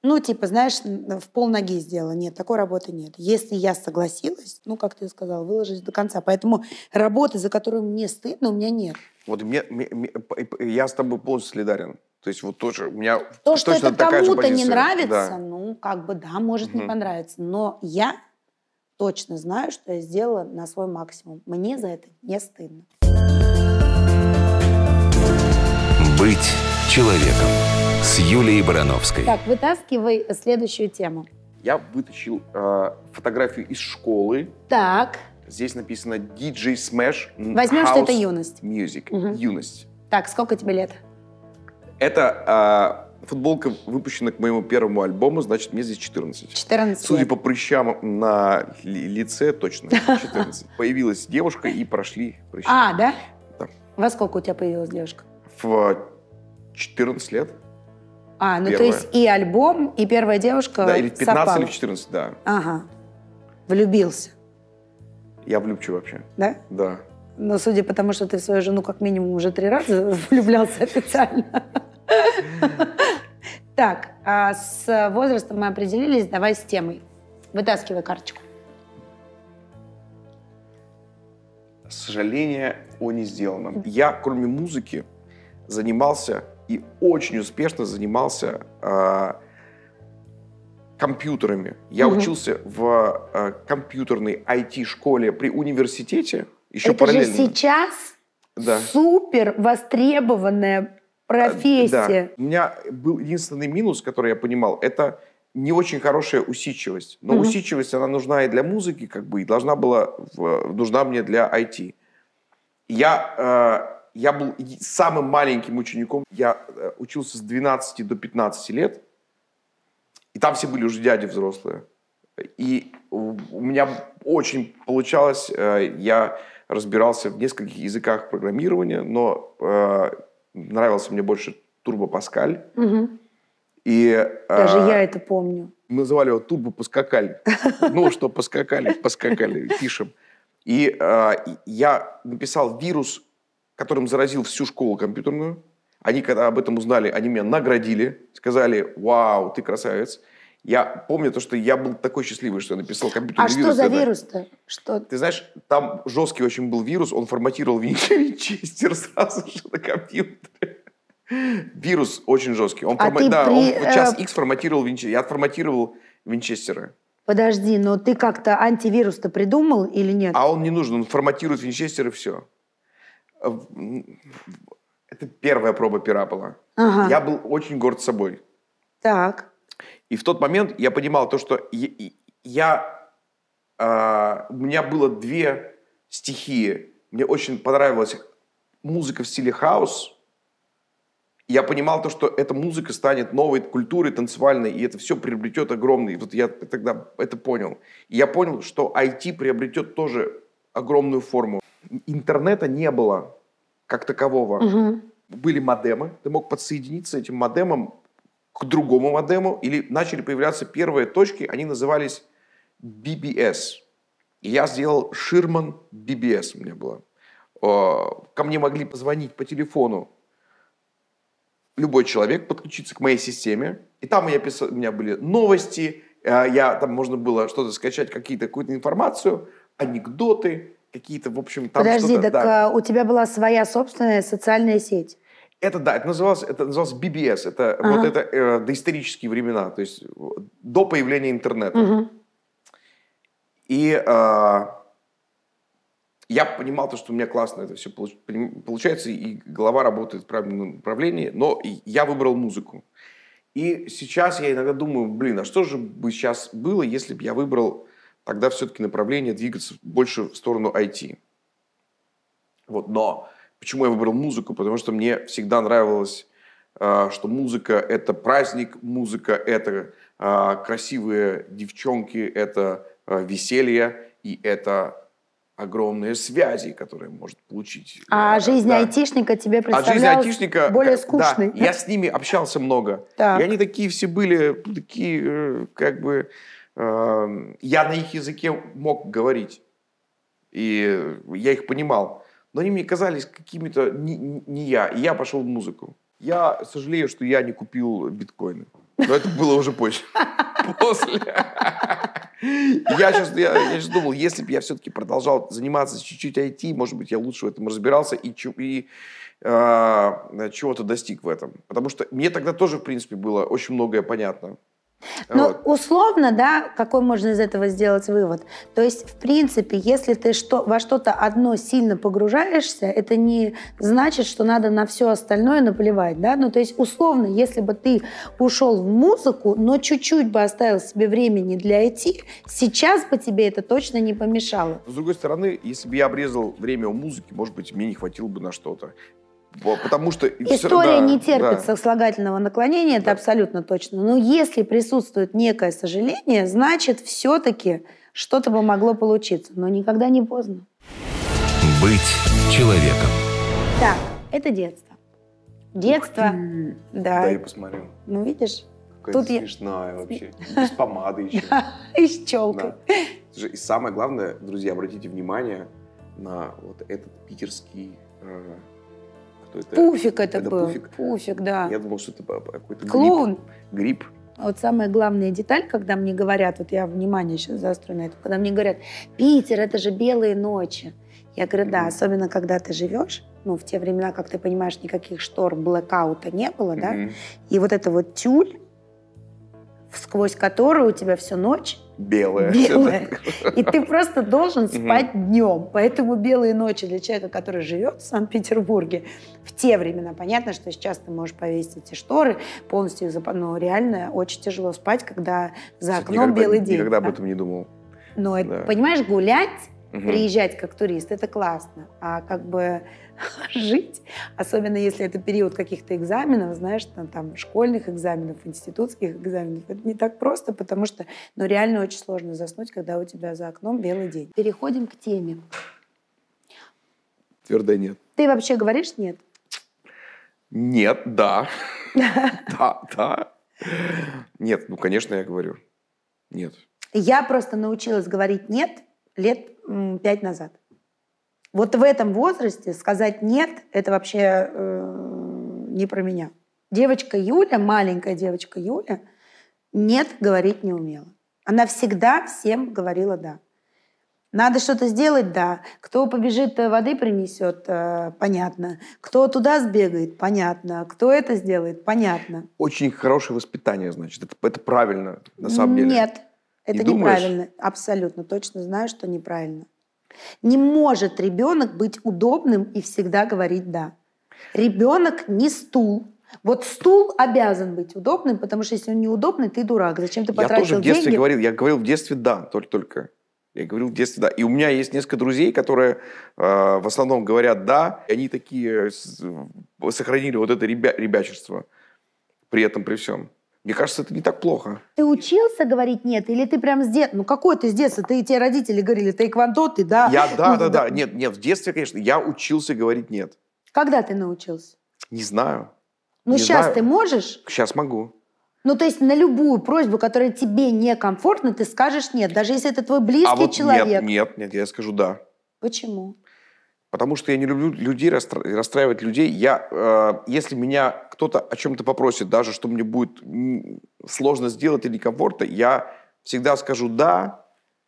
Ну, типа, знаешь, в полноги сделала. Нет, такой работы нет. Если я согласилась, ну, как ты сказал, выложить до конца. Поэтому работы, за которую мне стыдно, у меня нет. Вот я с тобой полностью солидарен. То есть вот тоже у меня То, что точно это такая же кому-то не позиция. нравится, Да. ну, как бы, да, может не понравиться. Но я точно знаю, что я сделала на свой максимум. Мне за это не стыдно. Быть человеком с Юлией Барановской. Так, вытаскивай следующую тему. Я вытащил фотографию из школы. Так, Здесь написано DJ Smash возьмем, что это юность. Music. Мгм. Юность. Так, сколько тебе лет? Это футболка выпущена к моему первому альбому, значит, мне здесь 14. 14 Судя лет. по прыщам на лице, точно 14. Появилась девушка, и прошли прыщи. А, да? Да. Во сколько у тебя появилась девушка? В 14 лет. А, ну Первая. то есть и альбом, и первая девушка Да, или в 15, совпало. или в 14, да. Ага. Влюбился, Я влюбчив вообще. да? Да. Но судя по тому, что ты в свою жену как минимум уже 3 раза влюблялся официально. Так, а с возрастом мы определились, давай с темой. Вытаскивай карточку. Сожаление о не сделанном. Я, кроме музыки, занимался и очень успешно занимался компьютерами. Я учился в компьютерной IT-школе при университете. Еще Это параллельно. же сейчас Да. супер востребованная профессия. Да. У меня был единственный минус, который я понимал, это не очень хорошая усидчивость. Но усидчивость, она нужна и для музыки, как бы, и нужна мне для IT. Я был самым маленьким учеником. Я учился с 12 до 15 лет. И там все были уже дяди взрослые. И у меня очень получалось, я разбирался в нескольких языках программирования, но нравился мне больше Turbo Pascal. И, Даже я это помню. мы называли его Turbo Pascal. Ну, что поскакали, пишем. И я написал вирус, которым заразил всю школу компьютерную. Они, когда об этом узнали, они меня наградили, сказали: «Вау, ты красавец». Я помню то, что я был такой счастливый, что я написал компьютерный вирус. А что за тогда. вирус-то? Что? Ты знаешь, там жесткий очень был вирус, он форматировал винчестер сразу же на компьютере. Вирус очень жесткий. Он А ты он при- в час X форматировал винчестер. Я отформатировал винчестеры. Подожди, но ты как-то антивирус-то придумал или нет? А он не нужен, он форматирует винчестер и все. Это первая проба пера была. Ага. Я был очень горд собой. Так. И в тот момент я понимал то, что у меня было 2 стихии. Мне очень понравилась музыка в стиле хаус. Я понимал то, что эта музыка станет новой культурой танцевальной, и это все приобретет огромный. Вот я тогда это понял. И я понял, что IT приобретет тоже огромную форму. Интернета не было как такового. Были модемы. Ты мог подсоединиться этим модемом к другому модему, или начали появляться первые точки, они назывались BBS. И я сделал Ширман BBS у меня было. Ко мне могли позвонить по телефону любой человек, подключиться к моей системе. И там у меня были новости, там можно было что-то скачать, какую-то информацию, анекдоты, какие-то, в общем, там Подожди, что-то. так у тебя была своя собственная социальная сеть? Это называлось BBS. Это доисторические времена, то есть до появления интернета. И я понимал, что у меня классно это все получается, и голова работает в правильном направлении, но я выбрал музыку. И сейчас я иногда думаю, а что же бы сейчас было, если бы я выбрал тогда все-таки направление двигаться больше в сторону IT. Вот, но почему я выбрал музыку? Потому что мне всегда нравилось, что музыка – это праздник, музыка – это красивые девчонки, это веселье, и это огромные связи, которые может получить. А жизнь айтишника тебе представлялась более скучной? Да, я с ними общался много. Так. И они такие все были, такие, как бы, я на их языке мог говорить. И я их понимал. Но они мне казались какими-то не я. И я пошел в музыку. Я сожалею, что я не купил биткоины. Но это было уже позже. После. Я сейчас думал, если бы я все-таки продолжал заниматься чуть-чуть IT, может быть, я лучше в этом разбирался и чего-то достиг в этом. Потому что мне тогда тоже, в принципе, было очень многое понятно. Ну, условно, да, какой можно из этого сделать вывод? То есть, в принципе, если ты во что-то одно сильно погружаешься, это не значит, что надо на все остальное наплевать, да? Ну, то есть, условно, если бы ты ушел в музыку, но чуть-чуть бы оставил себе времени для IT, сейчас бы тебе это точно не помешало. С другой стороны, если бы я обрезал время у музыки, может быть, мне не хватило бы на что-то. Потому что история не терпит сослагательного наклонения, это абсолютно точно. Но если присутствует некое сожаление, значит, все-таки что-то бы могло получиться. Но никогда не поздно. Быть человеком. Так, это детство. Детство, да. Да, я посмотрю. Ну, видишь? Какая смешная вообще. Без помады еще. И с челкой. И самое главное, друзья, обратите внимание на вот этот питерский... Пуфик это был. Пуфик, да. Я думал, что это какой-то клоун. Гриб. Вот самая главная деталь, когда мне говорят, вот я внимание сейчас заострю на это, когда мне говорят, Питер, это же белые ночи. Я говорю, да, особенно когда ты живешь, ну, в те времена, как ты понимаешь, никаких штор, блэкаута не было, да, и вот это вот тюль, сквозь которую у тебя всю ночь белая. И ты просто должен спать днем. Поэтому белые ночи для человека, который живет в Санкт-Петербурге, в те времена, понятно, что сейчас ты можешь повесить эти шторы, полностью их но реально очень тяжело спать, когда за окном белый день. Никогда об этом не думал. Но, понимаешь, гулять, приезжать как турист, это классно. А как бы жить, особенно если это период каких-то экзаменов, знаешь, там школьных экзаменов, институтских экзаменов, это не так просто, потому что реально очень сложно заснуть, когда у тебя за окном белый день. Переходим к теме. Твердое нет. Ты вообще говоришь нет? Нет, да. Да. Нет, ну, конечно, я говорю. Нет. Я просто научилась говорить нет лет 5 назад. Вот в этом возрасте сказать «нет» — это вообще не про меня. Девочка Юля, маленькая девочка Юля, «нет» говорить не умела. Она всегда всем говорила «да». Надо что-то сделать — да. Кто побежит, воды принесет — понятно. Кто туда сбегает — понятно. Кто это сделает — понятно. Очень хорошее воспитание, значит. Это правильно, на самом деле. Нет, это неправильно. Абсолютно точно знаю, что неправильно. Не может ребенок быть удобным и всегда говорить «да». Ребенок не стул. Вот стул обязан быть удобным, потому что если он неудобный, ты дурак. Зачем ты потратил деньги? Я тоже в детстве говорил. Я говорил в детстве «да», только. Я говорил в детстве «да». И у меня есть несколько друзей, которые в основном говорят «да». И они такие сохранили вот это ребячество при этом, при всем. Мне кажется, это не так плохо. Ты учился говорить «нет» или ты прям с детства? Ну, какой ты с детства? Тебе родители говорили «тэквондо», ты «да». Да. Нет, в детстве, конечно, я учился говорить «нет». Когда ты научился? Не знаю. Ну, сейчас ты можешь? Сейчас могу. Ну, то есть на любую просьбу, которая тебе некомфортна, ты скажешь «нет», даже если это твой близкий человек. Нет, я скажу «да». Почему? Потому что я не люблю людей, расстраивать людей. Если меня кто-то о чем-то попросит, даже что мне будет сложно сделать или некомфортно, я всегда скажу «да»,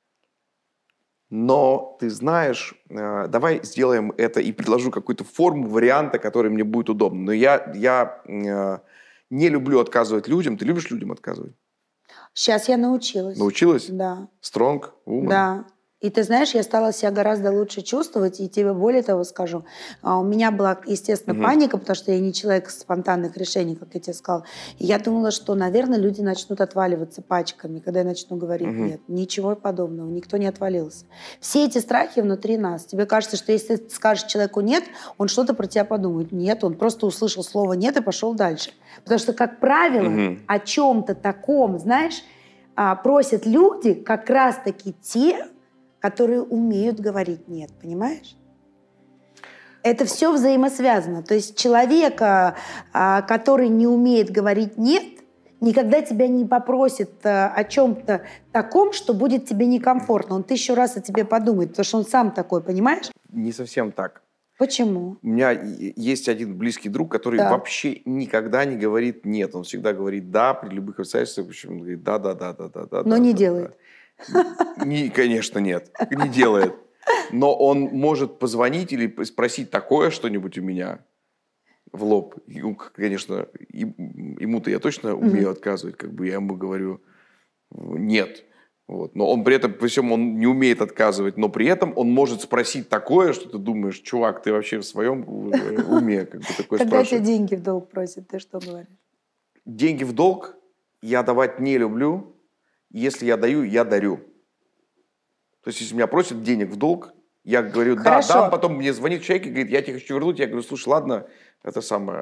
но ты знаешь, давай сделаем это и предложу какую-то форму варианта, который мне будет удобно. Но я не люблю отказывать людям. Ты любишь людям отказывать? Сейчас я научилась. Научилась? Да. Strong woman? Да. И ты знаешь, я стала себя гораздо лучше чувствовать, и тебе более того скажу. У меня была, естественно, паника, потому что я не человек спонтанных решений, как я тебе сказала. И я думала, что, наверное, люди начнут отваливаться пачками, когда я начну говорить «нет». Ничего подобного, никто не отвалился. Все эти страхи внутри нас. Тебе кажется, что если ты скажешь человеку «нет», он что-то про тебя подумает. Нет, он просто услышал слово «нет» и пошел дальше. Потому что, как правило, о чем-то таком, знаешь, просят люди как раз-таки те, которые умеют говорить «нет», понимаешь? Это все взаимосвязано. То есть человека, который не умеет говорить «нет», никогда тебя не попросит о чем-то таком, что будет тебе некомфортно. Он 1000 раз о тебе подумает, потому что он сам такой, понимаешь? Не совсем так. Почему? У меня есть один близкий друг, который вообще никогда не говорит «нет». Он всегда говорит «да» при любых обстоятельствах. Причем он говорит «да». Но не делает. Конечно, нет. Не делает. Но он может позвонить или спросить такое что-нибудь у меня в лоб. И, конечно, ему-то я точно умею отказывать. Как бы я ему говорю «нет». Вот. Но он при этом, при всем, он не умеет отказывать, но при этом он может спросить такое, что ты думаешь, чувак, ты вообще в своем уме? Как бы такое Когда спрашивает. тебя деньги в долг просят, ты что говоришь? Деньги в долг я давать не люблю. Если я даю, я дарю. То есть, если меня просят денег в долг, я говорю, да, дам, потом мне звонит человек и говорит, я тебе хочу вернуть. Я говорю, слушай, ладно, это самое.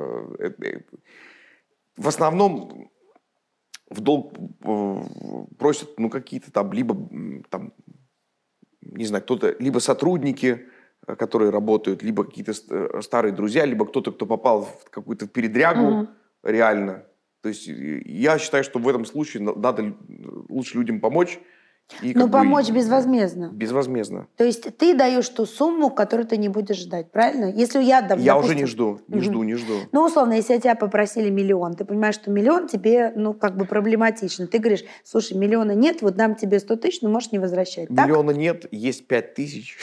В основном в долг просят, какие-то там, либо там, не знаю, кто-то, либо сотрудники, которые работают, либо какие-то старые друзья, либо кто-то, кто попал в какую-то передрягу реально. То есть я считаю, что в этом случае надо лучше людям помочь. Но помочь безвозмездно. Безвозмездно. То есть ты даешь ту сумму, которую ты не будешь ждать, правильно? Если я дам, я допустим, уже не жду. Ну, условно, если тебя попросили 1 миллион, ты понимаешь, что 1 миллион тебе, проблематично. Ты говоришь, слушай, 1 миллиона нет, вот дам тебе 100 тысяч, но можешь не возвращать. 1 миллиона нет, есть 5 тысяч.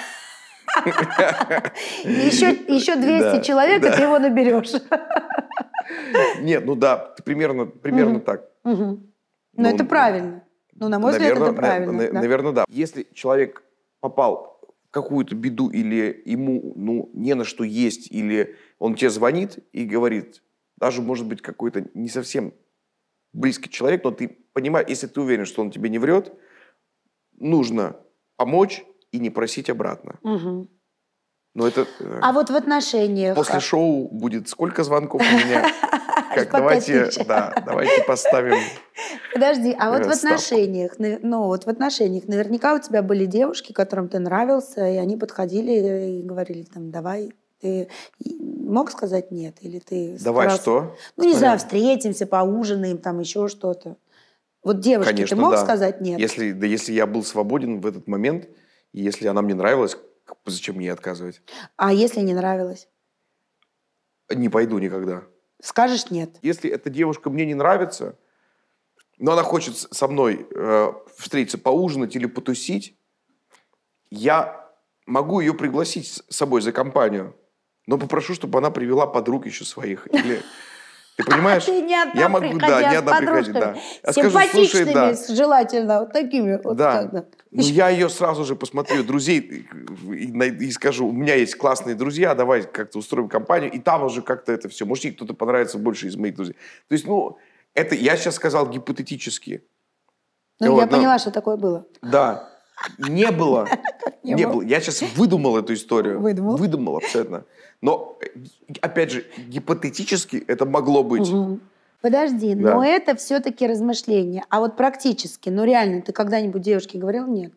Еще 200 человек, и ты его наберешь. Нет, примерно так. Но это правильно. На мой взгляд, это правильно. Наверное, да. Если человек попал в какую-то беду или ему не на что есть, или он тебе звонит и говорит, даже, может быть, какой-то не совсем близкий человек, но ты понимаешь, если ты уверен, что он тебе не врет, нужно помочь и не просить обратно. Но это... А вот в отношениях... После шоу будет сколько звонков у меня? Давайте поставим... Подожди, а вот в отношениях, наверняка у тебя были девушки, которым ты нравился, и они подходили и говорили, давай, ты мог сказать нет? Или ты давай что? Не знаю, встретимся, поужинаем, еще что-то. Вот девушке конечно, ты мог сказать нет? Если я был свободен в этот момент, и если она мне нравилась, зачем мне отказывать? А если не нравилось? Не пойду никогда. Скажешь нет? Если эта девушка мне не нравится, но она хочет со мной встретиться, поужинать или потусить, я могу ее пригласить с собой за компанию, но попрошу, чтобы она привела подруг еще своих. Или... Ты понимаешь? Ты не одна я могу, приходи, не одна приходи, да. Симпатичными, желательно, вот такими. Да. Я ее сразу же посмотрю, друзей, и скажу, у меня есть классные друзья, давай как-то устроим компанию, и там уже как-то это все. Может, ей кто-то понравится больше из моих друзей. То есть, это я сейчас сказал гипотетически. Я поняла, что такое было. Да. Не было. Не было. Я сейчас выдумал эту историю. Выдумал абсолютно. Но, опять же, гипотетически это могло быть. Подожди, но это все-таки размышления. А вот практически, реально, ты когда-нибудь девушке говорил нет?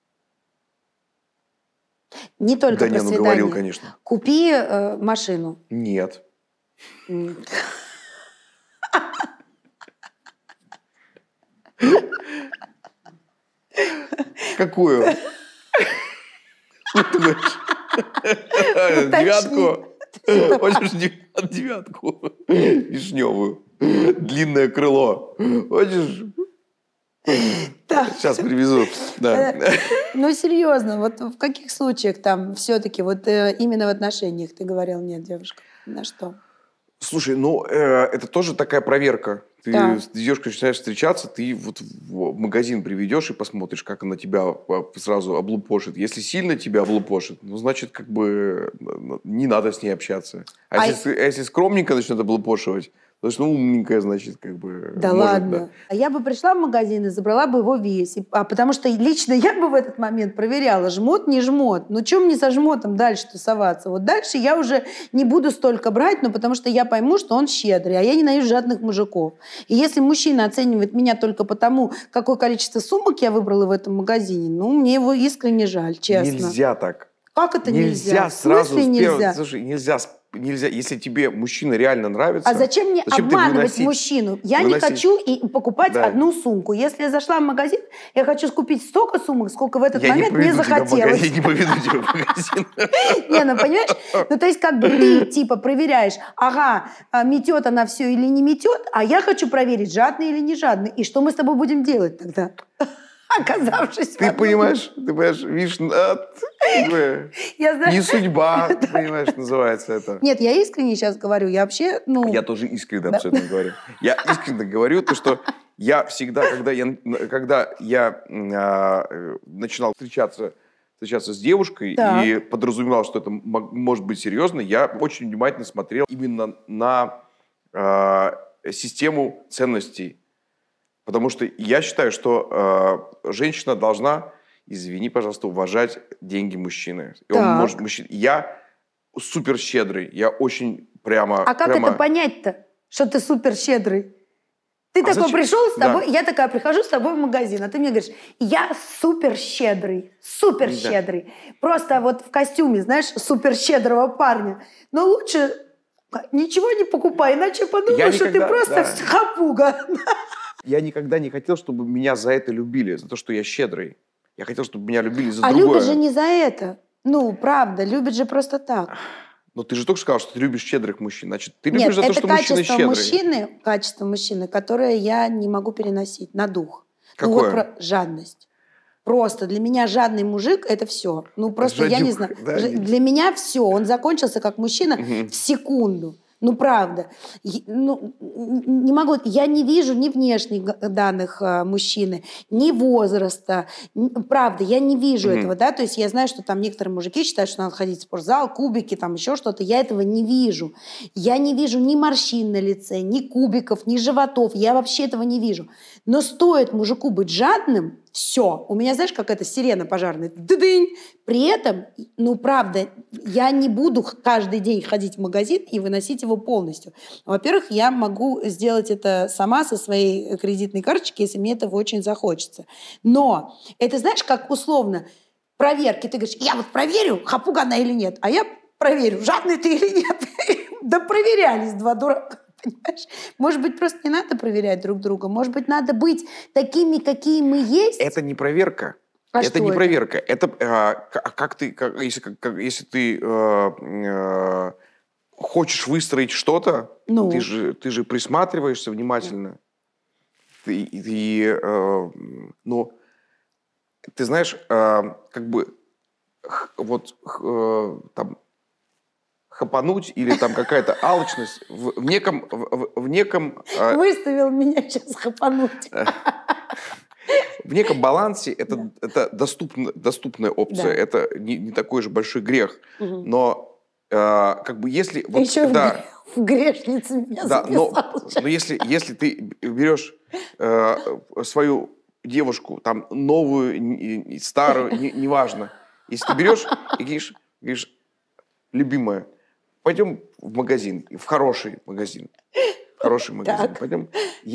Не только про свидание. Говорил, конечно. Купи машину. Нет. Какую? Девятку? Хочешь девятку? Вишневую. Длинное крыло. Хочешь? Сейчас привезу. Да. Серьезно, вот в каких случаях там все-таки именно в отношениях ты говорил нет, девушка? На что? Слушай, это тоже такая проверка. Ты с девушкой начинаешь встречаться, ты в магазин приведешь и посмотришь, как она тебя сразу облупошит. Если сильно тебя облупошит, значит, не надо с ней общаться. А если скромненько начнет облупошивать, значит, умненькая, значит, Да может, ладно. Да. А я бы пришла в магазин и забрала бы его весь. Потому что лично я бы в этот момент проверяла, жмот, не жмот. Чем мне со жмотом дальше тусоваться? Вот дальше я уже не буду столько брать, потому что я пойму, что он щедрый, а я ненавижу жадных мужиков. И если мужчина оценивает меня только потому, какое количество сумок я выбрала в этом магазине, мне его искренне жаль, честно. Нельзя так. Как это нельзя? Нельзя сразу. Слушай, нельзя нельзя, если тебе мужчина реально нравится... А зачем мне обманывать мужчину? Я не хочу покупать одну сумку. Если я зашла в магазин, я хочу купить столько сумок, сколько в этот момент мне захотелось. Я не поведу тебя в магазин. Не, ну понимаешь? Ну то есть как бы ты типа проверяешь, ага, метет она все или не метет, а я хочу проверить, жадный или не жадный. И что мы с тобой будем делать тогда? Оказавшись ты понимаешь, видишь, не судьба, ты понимаешь, называется это. Нет, я искренне сейчас говорю, я вообще, Я тоже искренне абсолютно говорю. Я искренне говорю, то, что я всегда, когда я начинал встречаться с девушкой и подразумевал, что это может быть серьезно, я очень внимательно смотрел именно на систему ценностей. Потому что я считаю, что женщина должна, извини, пожалуйста, уважать деньги мужчины. И он может, я супер щедрый, я очень прямо... А как это понять-то, что ты супер щедрый? Ты такой пришел с тобой, я такая прихожу с тобой в магазин, а ты мне говоришь, я супер щедрый. Просто вот в костюме, знаешь, супер щедрого парня. Но лучше ничего не покупай, иначе подумаю, что ты просто хапуга. Я никогда не хотел, чтобы меня за это любили, за то, что я щедрый. Я хотел, чтобы меня любили за другое. А любят же не за это. Ну, правда, любят же просто так. Но ты же только сказал, что ты любишь щедрых мужчин. Значит, ты любишь за то, что мужчина щедрый. Качество мужчины, которое я не могу переносить на дух. Какое? Ну, вот жадность. Просто для меня жадный мужик – это все. Ну, просто я не знаю. Да? Для меня все. Он закончился как мужчина в секунду. Ну, правда. Ну, не могу. Я не вижу ни внешних данных мужчины, ни возраста. Правда, я не вижу этого, да. То есть я знаю, что там некоторые мужики считают, что надо ходить в спортзал, кубики, там еще что-то. Я этого не вижу. Я не вижу ни морщин на лице, ни кубиков, ни животов. Я вообще этого не вижу. Но стоит мужику быть жадным, все. У меня, знаешь, как эта сирена пожарная. Ды-дынь! При этом, ну, правда, я не буду каждый день ходить в магазин и выносить его полностью. Во-первых, я могу сделать это сама со своей кредитной карточки, если мне этого очень захочется. Но это, знаешь, как условно проверки. Ты говоришь, я вот проверю, хапуга она или нет, а я проверю, жадный ты или нет. Да проверялись два дурака. Понимаешь? Может быть, просто не надо проверять друг друга. Может быть, надо быть такими, какие мы есть. Это не проверка. Это не проверка. Это если ты хочешь выстроить что-то, ты же присматриваешься внимательно. Ты знаешь, как бы вот там хапануть или там какая-то алчность в неком... Выставил меня сейчас хапануть. В неком балансе это доступная опция. Да. Это не такой же большой грех. Но как бы если... Вот, еще в грешнице меня записал. Но если ты берешь свою девушку, там, новую, старую, неважно. Если ты берешь и говоришь, любимая, пойдем в магазин, в хороший магазин. Пойдем.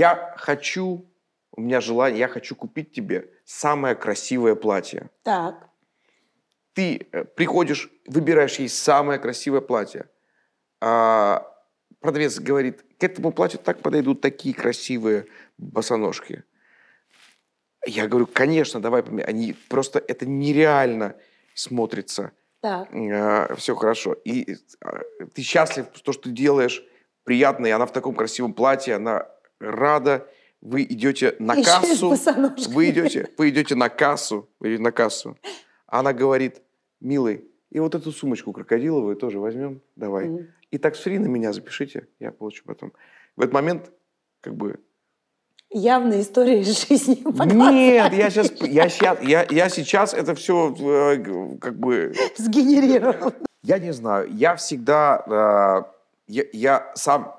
У меня желание, я хочу купить тебе самое красивое платье. Так. Ты приходишь, выбираешь ей самое красивое платье. А продавец говорит, к этому платью так подойдут такие красивые босоножки. Я говорю, конечно, давай померяем. Они просто, это нереально смотрится. Так. Все хорошо. И ты счастлив, что ты делаешь, приятно, и она в таком красивом платье, она рада. Вы идете на кассу. Вы идете на кассу. Она говорит, милый, и вот эту сумочку крокодиловую тоже возьмем, давай. И такс-фри на меня запишите, я получу потом. В этот момент, как бы... Явная история из жизни. Нет, я сейчас это все как бы... Сгенерировал. Я не знаю, я всегда... Я сам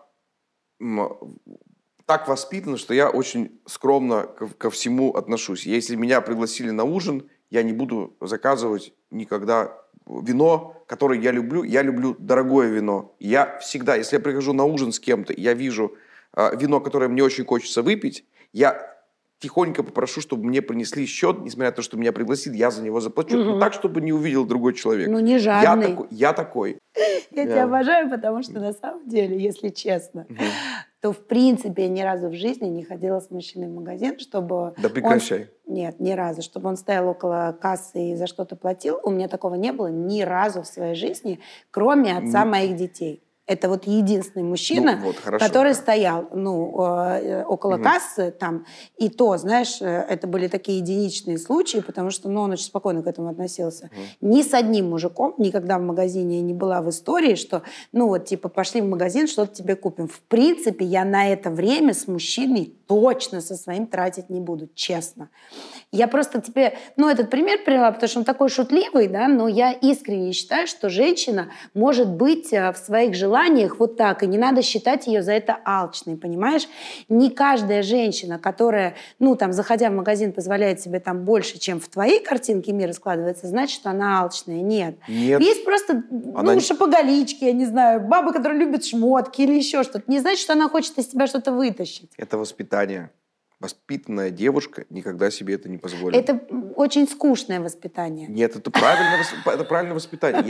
так воспитан, что я очень скромно ко всему отношусь. Если меня пригласили на ужин, я не буду заказывать никогда вино, которое я люблю дорогое вино. Я всегда, если я прихожу на ужин с кем-то, я вижу вино, которое мне очень хочется выпить, я тихонько попрошу, чтобы мне принесли счет, несмотря на то, что меня пригласит, я за него заплачу, но так, чтобы не увидел другой человек. Ну, не жадный. Я такой. Я тебя обожаю, потому что на самом деле, если честно, то в принципе я ни разу в жизни не ходила с мужчиной в магазин, чтобы... Да прекращай. Нет, ни разу. Чтобы он стоял около кассы и за что-то платил. У меня такого не было ни разу в своей жизни, кроме отца моих детей. Это вот единственный мужчина, который стоял около кассы там. И то, знаешь, это были такие единичные случаи, потому что он очень спокойно к этому относился. Ни с одним мужиком никогда в магазине я не была в истории, что, пошли в магазин, что-то тебе купим. В принципе, я на это время с мужчиной точно со своим тратить не буду, честно. Я просто тебе, этот пример привела, потому что он такой шутливый, да, но я искренне считаю, что женщина может быть в своих желаниях вот так, и не надо считать ее за это алчной, понимаешь? Не каждая женщина, которая, заходя в магазин, позволяет себе там больше, чем в твоей картинке мира складывается, значит, что она алчная. Нет. Есть просто, шопоголички, я не знаю, бабы, которые любят шмотки или еще что-то. Не значит, что она хочет из тебя что-то вытащить. Это воспитание. Воспитанная девушка никогда себе это не позволит. Это очень скучное воспитание. Нет, это правильное воспитание.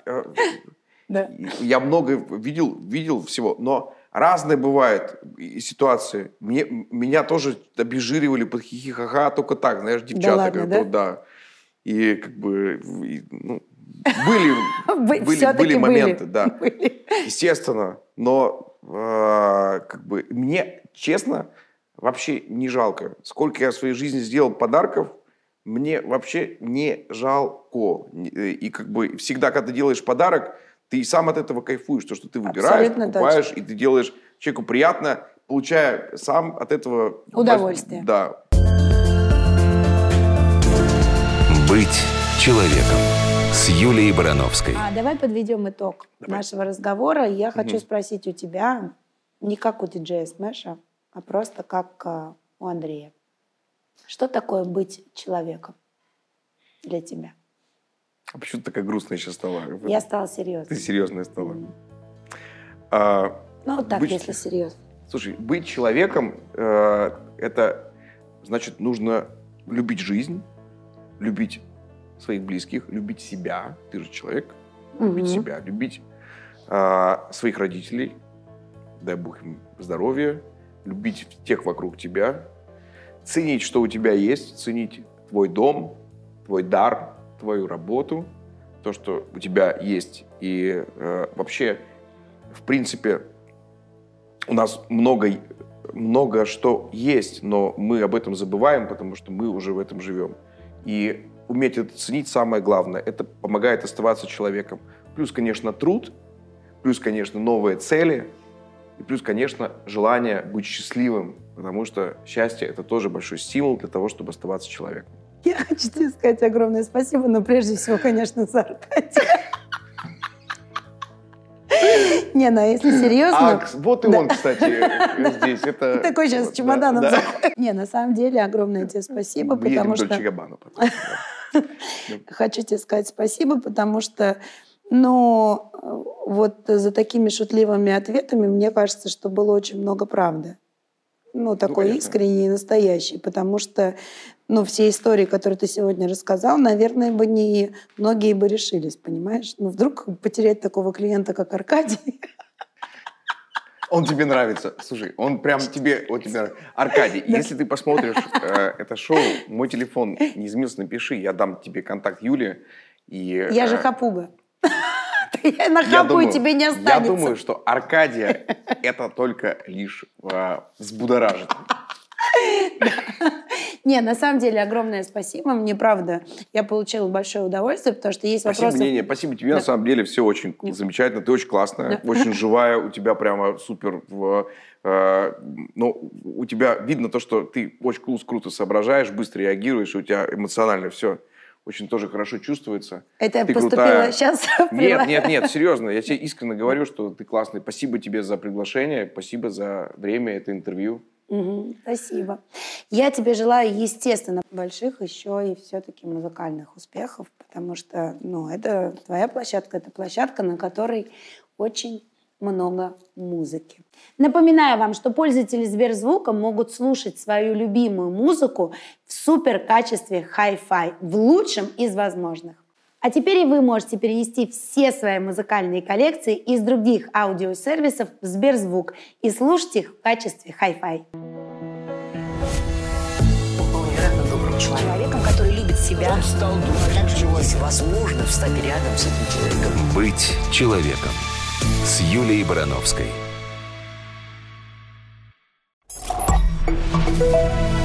Я много видел всего, но разные бывают ситуации. Меня тоже обезжиривали под хихи-ха-ха, только так, знаешь, девчата. Да ладно, да? И были моменты, да. Естественно. Но мне, честно, вообще не жалко. Сколько я в своей жизни сделал подарков, мне вообще не жалко. И всегда, когда ты делаешь подарок, ты сам от этого кайфуешь. То, что ты выбираешь, ты покупаешь, точно. И ты делаешь человеку приятно, получая сам от этого удовольствие. Да. Быть человеком с Юлией Барановской. Давай подведем итог нашего разговора. Я хочу спросить у тебя, не как у диджея Смэша, а просто как у Андрея. Что такое быть человеком для тебя? А почему ты такая грустная сейчас стала? Я стала серьезной. Ты серьезная стала. Если серьезно. Слушай, быть человеком, это значит, нужно любить жизнь, любить своих близких, любить себя. Ты же человек. Любить себя, любить своих родителей. Дай Бог им здоровья. Любить тех вокруг тебя, ценить, что у тебя есть, ценить твой дом, твой дар, твою работу, то, что у тебя есть. И вообще, в принципе, у нас много что есть, но мы об этом забываем, потому что мы уже в этом живем. И уметь это ценить самое главное. Это помогает оставаться человеком. Плюс, конечно, труд, плюс, конечно, новые цели, и плюс, конечно, желание быть счастливым, потому что счастье – это тоже большой стимул для того, чтобы оставаться человеком. Я хочу тебе сказать огромное спасибо, но прежде всего, конечно, за Аркадия. Если серьезно... Вот и он, кстати, здесь. Такой сейчас с чемоданом. На самом деле, огромное тебе спасибо, потому что... Хочу тебе сказать спасибо, потому что за такими шутливыми ответами, мне кажется, что было очень много правды. Такой искренний и настоящий. Потому что, все истории, которые ты сегодня рассказал, наверное, многие бы решились, понимаешь? Вдруг потерять такого клиента, как Аркадий... Он тебе нравится. Слушай, он прям тебе нравится. Аркадий, если ты посмотришь это шоу, мой телефон не изменился, напиши, я дам тебе контакт Юли. Я же хапуга. На хапу и тебе не останется. Я думаю, что Аркадия это только лишь взбудоражит. На самом деле, огромное спасибо. Мне, правда, я получила большое удовольствие, потому что есть вопросы... Спасибо тебе, на самом деле, все очень замечательно. Ты очень классная, очень живая, у тебя прямо супер... у тебя видно то, что ты очень круто соображаешь, быстро реагируешь, у тебя эмоционально все очень тоже хорошо чувствуется. Это ты поступило крутая. Сейчас? Нет, серьезно. Я тебе искренне говорю, что ты классный. Спасибо тебе за приглашение, спасибо за время, это интервью. Спасибо. Я тебе желаю, естественно, больших еще и все-таки музыкальных успехов, потому что, это твоя площадка, это площадка, на которой очень много музыки. Напоминаю вам, что пользователи Сберзвука могут слушать свою любимую музыку в супер качестве Hi-Fi, в лучшем из возможных. А теперь и вы можете перенести все свои музыкальные коллекции из других аудиосервисов в Сберзвук и слушать их в качестве Hi-Fi. Невероятно добрым человеком, который любит себя. Он стал думать, также возможно встать рядом с этим человеком. Быть человеком с Юлией Барановской.